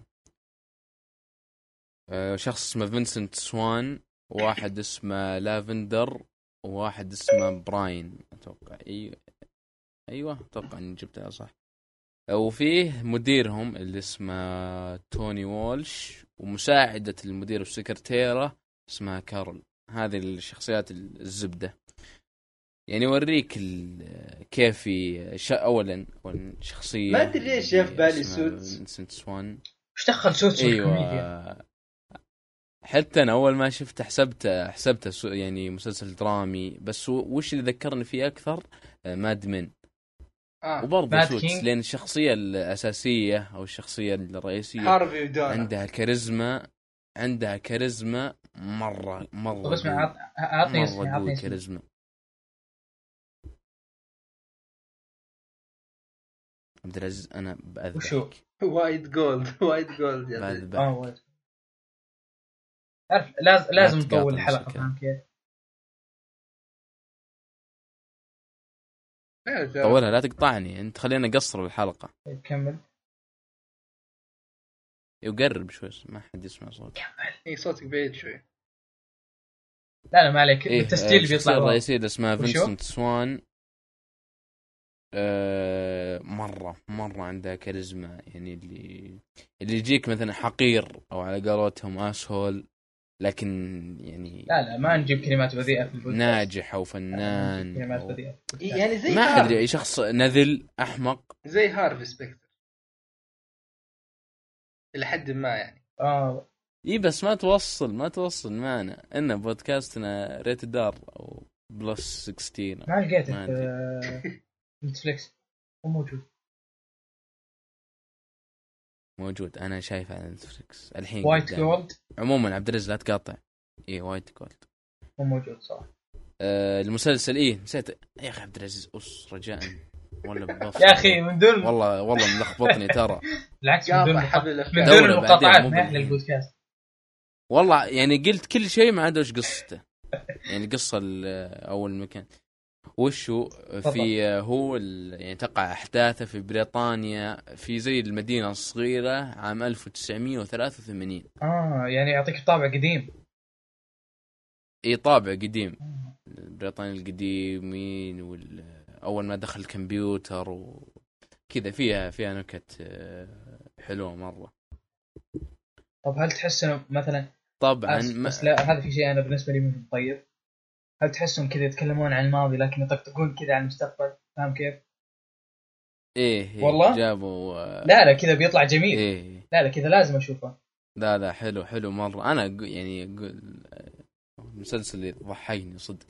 أه شخص اسمه فينسنت سوان واحد اسمه لافندر وواحد اسمه براين اتوقع. ايوه ايوه اتوقع اني جبتها صح. وفيه مديرهم اللي اسمه توني وولش ومساعدة المدير والسكرتيرة اسمها كارول. هذه الشخصيات الزبدة يعني يوريك كيف اولا شخصية ما ادري ليش جاء في بالي سوت سوان. ايش دخل سوت أيوة. الكوميديا؟ حتى انا اول ما شفته حسبته حسبته يعني مسلسل درامي بس وش اللي ذكرني فيه اكثر ماد من آه. وبرضه سوتس لأن الشخصية الأساسية أو الشخصية الرئيسية عندها كاريزما عندها كاريزما مرة مرة بس عطني اسمي عطني كاريزما. عبد العزيز أنا بأذبحك. وايد جولد وايد جولد يا بأذبحك. آه وايد. عارف لازم لازم نطول الحلقة فاهم كيف؟ طولها لا تقطعني أنت خلينا نقصر الحلقة. كمل. يقرب شوي ما حد يسمع صوت. كمل. إيه صوتك بعيد شوي. لا لا ما عليك إيه التسجيل بيطلع. الرئيسية اسمها فينسنت سوان. آه مرة مرة عندها كاريزما يعني اللي اللي يجيك مثلا حقير أو على قولتهم أسهول لكن يعني لا لا ما نجيب كلمات بذيئة في البودكاست. ناجح أو فنان كلمات أو... بذيئة يعني زي ما أدري أي شخص نذل أحمق زي هارفي سبيكتر إلى حد ما يعني. آه إيه بس ما توصل ما توصل معنا إنه بودكاستنا ريت دار أو بلس ستاشر ما لقيته في نتفليكس مو موجود. موجود أنا شايف على نتفليكس الحين. وايت جولد. عموما عبد الرزاق لا تقاطع. إيه وايت جولد مو موجود صراحة. آه المسلسل إيه نسيت يا أخي عبد العزيز أس رجاء ولا ببص يا أخي من دون والله والله ملخبطني ترى. بالعكس من دون مقاطعات من دون المقاطعات ما يحلى البودكاست والله يعني قلت كل شيء ما عدا وش قصته يعني القصة أول مكان وشو في هو يعني تقع أحداثه في بريطانيا في زي المدينة الصغيرة عام ألف وتسعمية وثلاثة وثمانين. آه يعني يعطيك طابع قديم. إيه طابع قديم بريطانيا القديمين وأول ما دخل الكمبيوتر وكذا فيها فيها نكت حلوة مرة. طب هل تحس إنه مثلا طبعا بس, ما... بس لا هذا في شيء أنا بالنسبة لي مهم. طيب هل تحسهم كذا يتكلمون عن الماضي لكن يطقطقون كذا عن المستقبل فاهم كيف؟ إيه, إيه والله جابوا لا لا كذا بيطلع جميل. إيه لا لا كذا لازم أشوفه. لا لا حلو حلو مرة. أنا يعني أقول المسلسل يضحكني صدق.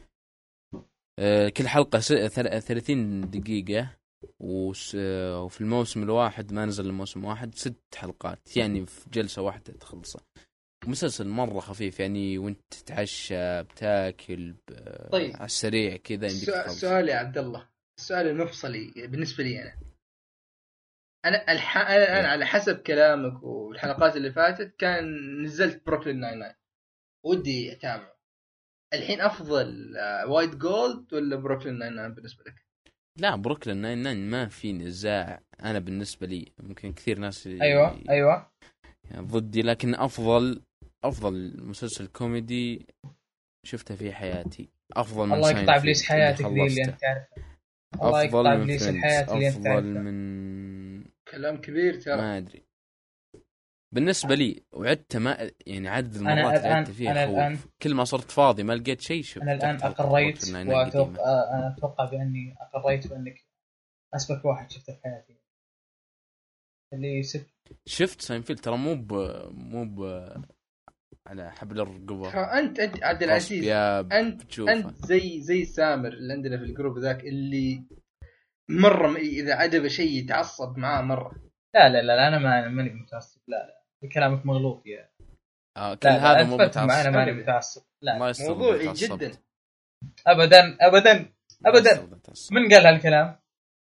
أه كل حلقة ثلاثين دقيقة وفي الموسم الواحد ما نزل الموسم واحد ست حلقات يعني في جلسة واحدة تخلصه. مسلسل مرة خفيف يعني، وانت تتعشى بتاكل ب- طيب. على السريع كذا يمديك السؤال, تخلص. السؤال يا عبد الله، السؤال المفصلي بالنسبه لي انا انا الح... انا الان إيه. على حسب كلامك والحلقات اللي فاتت كان نزلت بروكلين ناين ناين ودي اتابعه. الحين افضل وايت جولد ولا بروكلين ناين ناين بالنسبه لك؟ لا بروكلين ناين ناين ما في نزاع، انا بالنسبة لي ممكن كثير ناس ي- ايوه ايوه يعني ضدي، لكن افضل افضل مسلسل كوميدي شفته في حياتي، افضل من الله يقطع ساينفيلد ابليس اللي حياتك ذي اللي خلصته، انت تعرفها. الله افضل يقطع من ابليس فريندز، الحياه اللي انت افضل تعرفها. من كلام كبير ترى. ما ادري بالنسبة لي. وعدت ما يعني عدد انا المرات اللي الان عدت فيها انا الان خوف، كل ما صرت فاضي ما لقيت شيء شفت انا الان شفت حلقة اقريت بروكلين ناين ناين قديمة. واتوقع انا اتوقع باني اقريت بانك اسبق واحد شفته في حياتي اللي ست. شفت ساينفيلد ترى مو ب مو ب على حبل الرقبة، ترى انت انت عبد خاص العزيز، بياب انت بتشوفه. انت زي زي سامر اللي عندنا في الجروب ذاك اللي مره م- اذا عجبه شيء يتعصب معاه مره. لا لا لا انا ما ماني متعصب. لا لا كلامك مغلوط يا. آه كل لا لا هذا انت مو فكر معي، انا بتعصب. ماني أبداً. متعصب. لا الله يستر موضوعي إذا تعصبت. جدا. ابدا ابدا الله ابدا. يستر إذا تعصبت. من قال هالكلام؟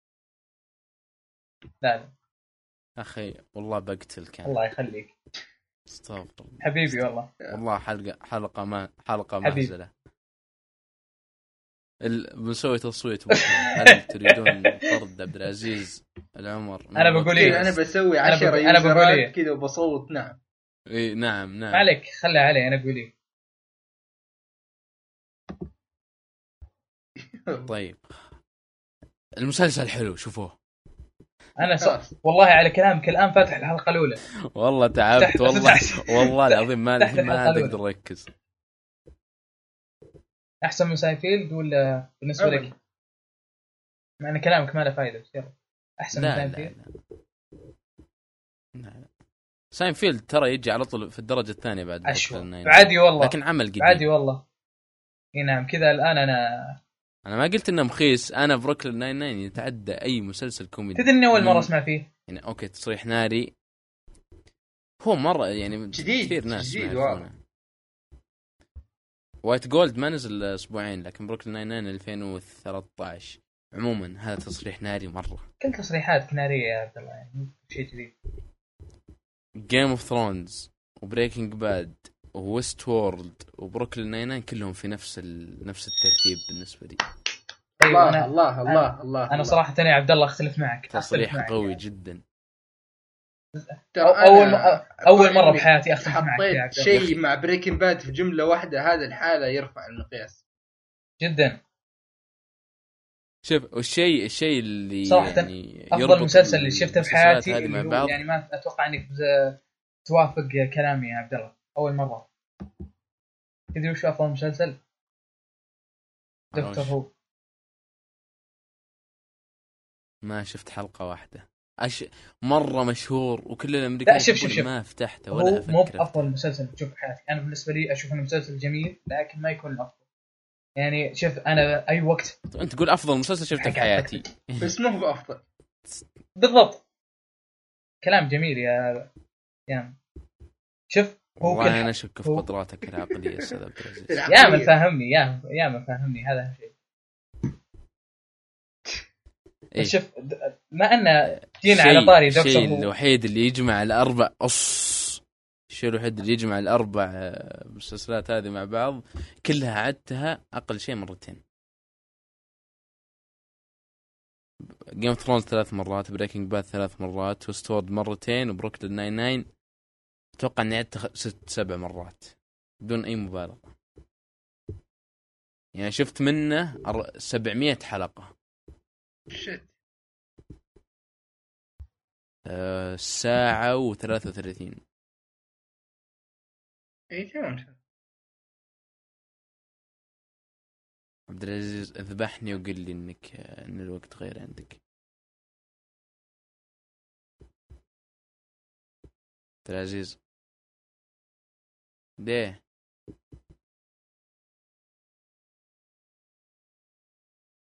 لا لا اخي والله بقتل كان. الله يخليك استغفر الله. حبيبي والله. والله حلقة حلقة ما حلقة حبيبي. محزنة. ال... بنسوي تصويت بكرة. هل تريدون طرد عبد العزيز العمر من أنا بقول إيه؟ إيه، انا البودكاست؟ بسوي أنا عشرة بقول- أنا بقول يوزرات إيه؟ كذا وبصوت نعم. اي نعم نعم. ما عليك خلي علي، انا اقول ايه. طيب المسلسل حلو شوفوه. انا ص... خلاص. والله على كلامك الان فاتح الحلقه الاولى. والله تعبت فتحت- والله فتحت- والله العظيم ما فتحت ما الحلقة عاد الأولى. اقدر اركز. احسن من ساينفيلد ولا بالنسبه أبداً. لك؟ مع ان كلامك ما له فايده بس يلا. احسن من لا لا ساينفيلد. لا لا. ساينفيلد ترى يجي على طول في الدرجة الثانية بعد اشوى بروكلين ناين. عادي والله. لكن عمل قديم. عادي والله. اي نعم كذا الان انا انا ما قلت انه مخيس، انا بروكلين ناين ناين يتعدى اي مسلسل كوميدي. تدري اني اول مره من- اسمع فيه. يعني اوكي تصريح ناري هو مرة يعني جديد، كثير ناس جديد ما يعرفونه. وايت جولد ما نزل اسبوعين، لكن بروكلين ناين ناين ألفين وثلاثة عشر. عموما هذا تصريح ناري مرة. كل تصريحات كناريه يا عبد الله، يعني مو شيء جديد. جيم اوف ثرونز وبريكنج باد وويست وورلد وبروكلين ناين ناين كلهم في نفس ال... نفس الترتيب بالنسبة لي. طيب الله انا الله الله الله انا الله. صراحه يا عبد الله اختلف معك. أختلف تصريح معك قوي يعني. جدا. ترى أو- اول أنا م- اول مره إني بحياتي اختلف معك يا عبد حطيت الله. شيء مع بريكنج باد في جمله واحده، هذا الحاله يرفع المقياس جدا. شوف والشيء الشيء اللي صراحة يعني افضل يربط مسلسل اللي شفته في المسلسلات حياتي هذه اللي مع هو بعض. يعني ما اتوقع انك بز- توافق كلامي يا عبد الله. اول مره تدري وش افضل مسلسل؟ دكتور وش؟ هو. ما شفت حلقة واحدة. أش... مرة مشهور وكل الأمريكان لا، شوف- شوف- يحبونه، شوف. ما فتحته ولا هو مو أفكر. افضل مسلسل تشوفه في حياتي. انا بالنسبه لي اشوف انه مسلسل جميل لكن ما يكون الافضل. يعني شوف انا اي وقت طب أنت تقول أفضل مسلسل شفته في حق حياتي. بس مو هو افضل. بالضبط. كلام جميل يا يا شوف هو كل والله أنا أشك في هو- قدراتك العقلية أستاذ عبد العزيز. يا من فاهمني يا يا من فاهمني هذا أهم شيء. إيه؟ شوف د- ما ان جينا شيء- على طاري دكتور الشيء هو. الوحيد اللي يجمع الأربع أص الشيء الوحيد اللي يجمع الأربع آه، مسلسلات هذه مع بعض كلها عدتها أقل شيء مرتين. جيم اوف ثرونز ثلاث مرات، بريكنج باد ثلاث مرات، وستورد مرتين، وبروكلين ناين ناين أتوقع أني عدتها ست سبع مرات بدون أي مبالغة. يعني شفت منه أر- سبعمية حلقة. شت. أه ساعة وثلاثة وثلاثين. اي تمام. عبد العزيز اذبحني وقل لي انك ان الوقت غير عندك. عبد العزيز ليه؟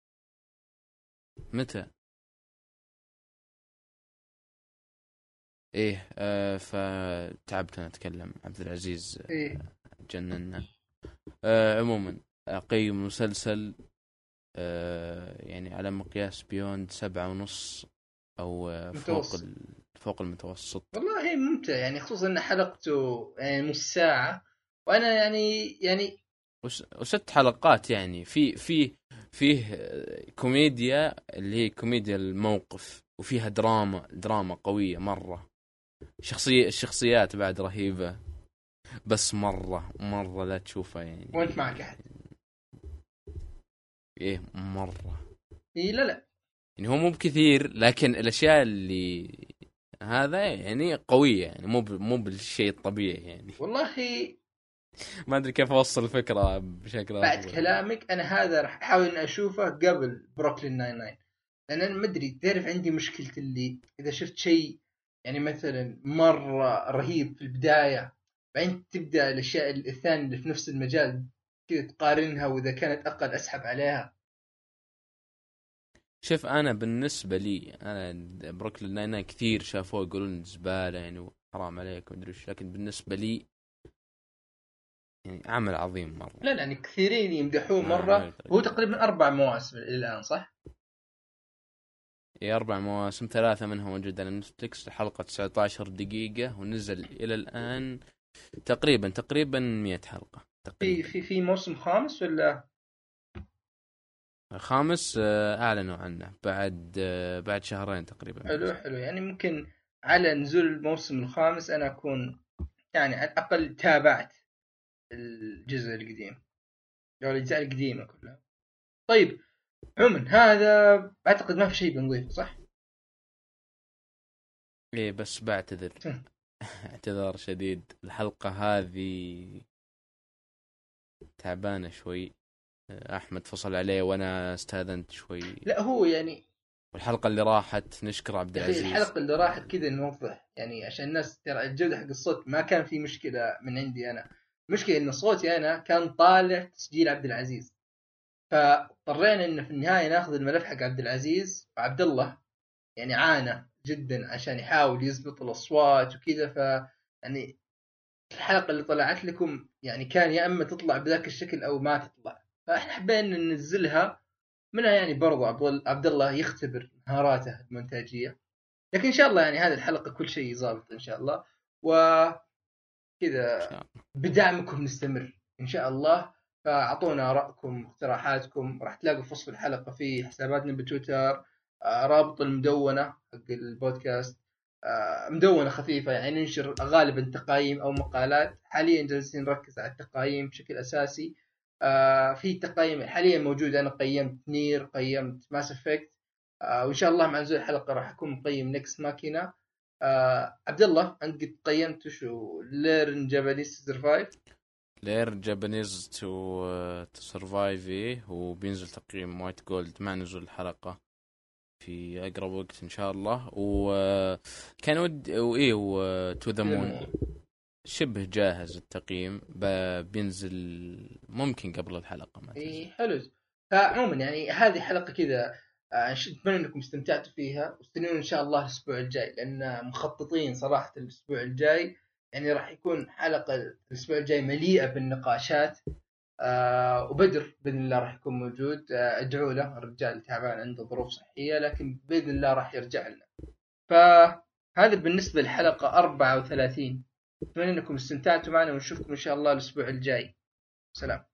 متى؟ ايه آه فتعبت انا اتكلم. عبد العزيز إيه. جننا. آه عموما اقيم مسلسل آه يعني على مقياس بيوند سبعة ونص او آه فوق متوسط. ال... فوق المتوسط. والله ممتع يعني، خصوصا ان حلقته يعني نص ساعة، وانا يعني يعني وس... وست حلقات يعني في في فيه آه، كوميديا اللي هي كوميديا الموقف، وفيها دراما دراما قوية مرة. شخصية الشخصيات بعد رهيبة، بس مرة مرة لا تشوفها يعني. وانت معك احد. ايه مرة إيه لا لا يعني هو مو بكثير، لكن الاشياء اللي هذا يعني قوية يعني، مو ب... مو بالشيء الطبيعي يعني. والله ما ادري كيف اوصل الفكرة بشكل بعد افضل. كلامك انا هذا راح احاول ان اشوفه قبل بروكلين ناين ناين، لان انا ما ادري تعرف عندي مشكلة اللي اذا شفت شيء يعني مثلا مرة رهيب في البداية، بعدين تبدا الاشياء الثانية اللي في نفس المجال كذا تقارنها، واذا كانت اقل اسحب عليها. شوف انا بالنسبة لي انا بروكلين ناين ناين كثير شافوه يقولون زبالة يعني وحرام عليك ومدري وش، لكن بالنسبة لي يعني عمل عظيم مرة. لا لا يعني كثيرين يمدحوه ما- مرة. ما هو يدري. تقريبا اربع مواسم الى الان صح؟ إيه أربع مواسم، ثلاثة منها موجودة على نتفليكس، الحلقة تسعة عشر دقيقة ونزل إلى الآن تقريبا تقريبا مية حلقة في تقريبا. في في موسم خامس ولا؟ الخامس آه، أعلنوا عنه بعد آه، بعد شهرين تقريبا. حلو حلو يعني ممكن على نزول الموسم الخامس انا اكون يعني على الاقل تابعت الجزء القديم او الاجزاء القديمه كلها. طيب عموما هذا اعتقد ما في شيء بنضيفه صح؟ إيه بس بعتذر اعتذار شديد، الحلقة هذه تعبانة شوي. آه، أحمد فصل عليه وأنا استاذنت شوي. لا هو يعني والحلقة اللي راحت نشكر عبد يا اخي العزيز. الحلقه اللي راحت كذا نوضح يعني عشان الناس ترى الجوده حق الصوت ما كان في مشكله من عندي انا، مشكله ان صوتي انا كان طالع تسجيل عبد العزيز، فاضطرينا ان في النهايه ناخذ الملف حق عبد العزيز، وعبد الله يعني عانى جدا عشان يحاول يزبط الاصوات وكذا. ف يعني الحلقه اللي طلعت لكم يعني كان يا اما تطلع بذاك الشكل او ما تطلع، فاحنا حبينا ننزلها منها يعني برضو عبد الله يختبر مهاراته المونتاجيه. لكن ان شاء الله يعني هذه الحلقه كل شيء ظابط ان شاء الله، وكذا بدعمكم نستمر ان شاء الله. فاعطونا ارائكم اقتراحاتكم، راح تلاقوا في وصف الحلقه في حساباتنا بتويتر آه، رابط المدونه حق البودكاست، آه، مدونه خفيفه يعني ننشر غالبا تقايم او مقالات. حاليا جالسين نركز على التقايم بشكل اساسي. آه، في تقايم حاليا موجوده، انا قيمت نير، قيمت ماس افكت، آه، وان شاء الله مع نزول الحلقه راح اكون مقيم نكس ماكينه. آه، عبد الله انت قد قيمت شو ليرن جابانيز سرفايف؟ لير جابانيز تو سرفايف ايه، وبينزل تقييم وايت جولد مع نزول الحلقة في اقرب وقت ان شاء الله. وكان ود وايه وتو ذا مون شبه جاهز التقييم، بينزل ممكن قبل الحلقة ما تنزل. اي حلو. فعموما يعني هذه حلقه كذا، آه، اتمنى انكم استمتعتوا فيها، واستنونا ان شاء الله الاسبوع الجاي، لان مخططين صراحه الاسبوع الجاي يعني راح يكون حلقه الاسبوع الجاي مليئه بالنقاشات. آه وبدر باذن الله راح يكون موجود، آه ادعوا له، الرجال تعبان عنده ظروف صحيه لكن باذن الله راح يرجع لنا. فهذا بالنسبه للحلقه أربعة وثلاثين. اتمنى انكم استمتعتوا معنا، ونشوفكم ان شاء الله الاسبوع الجاي. سلام.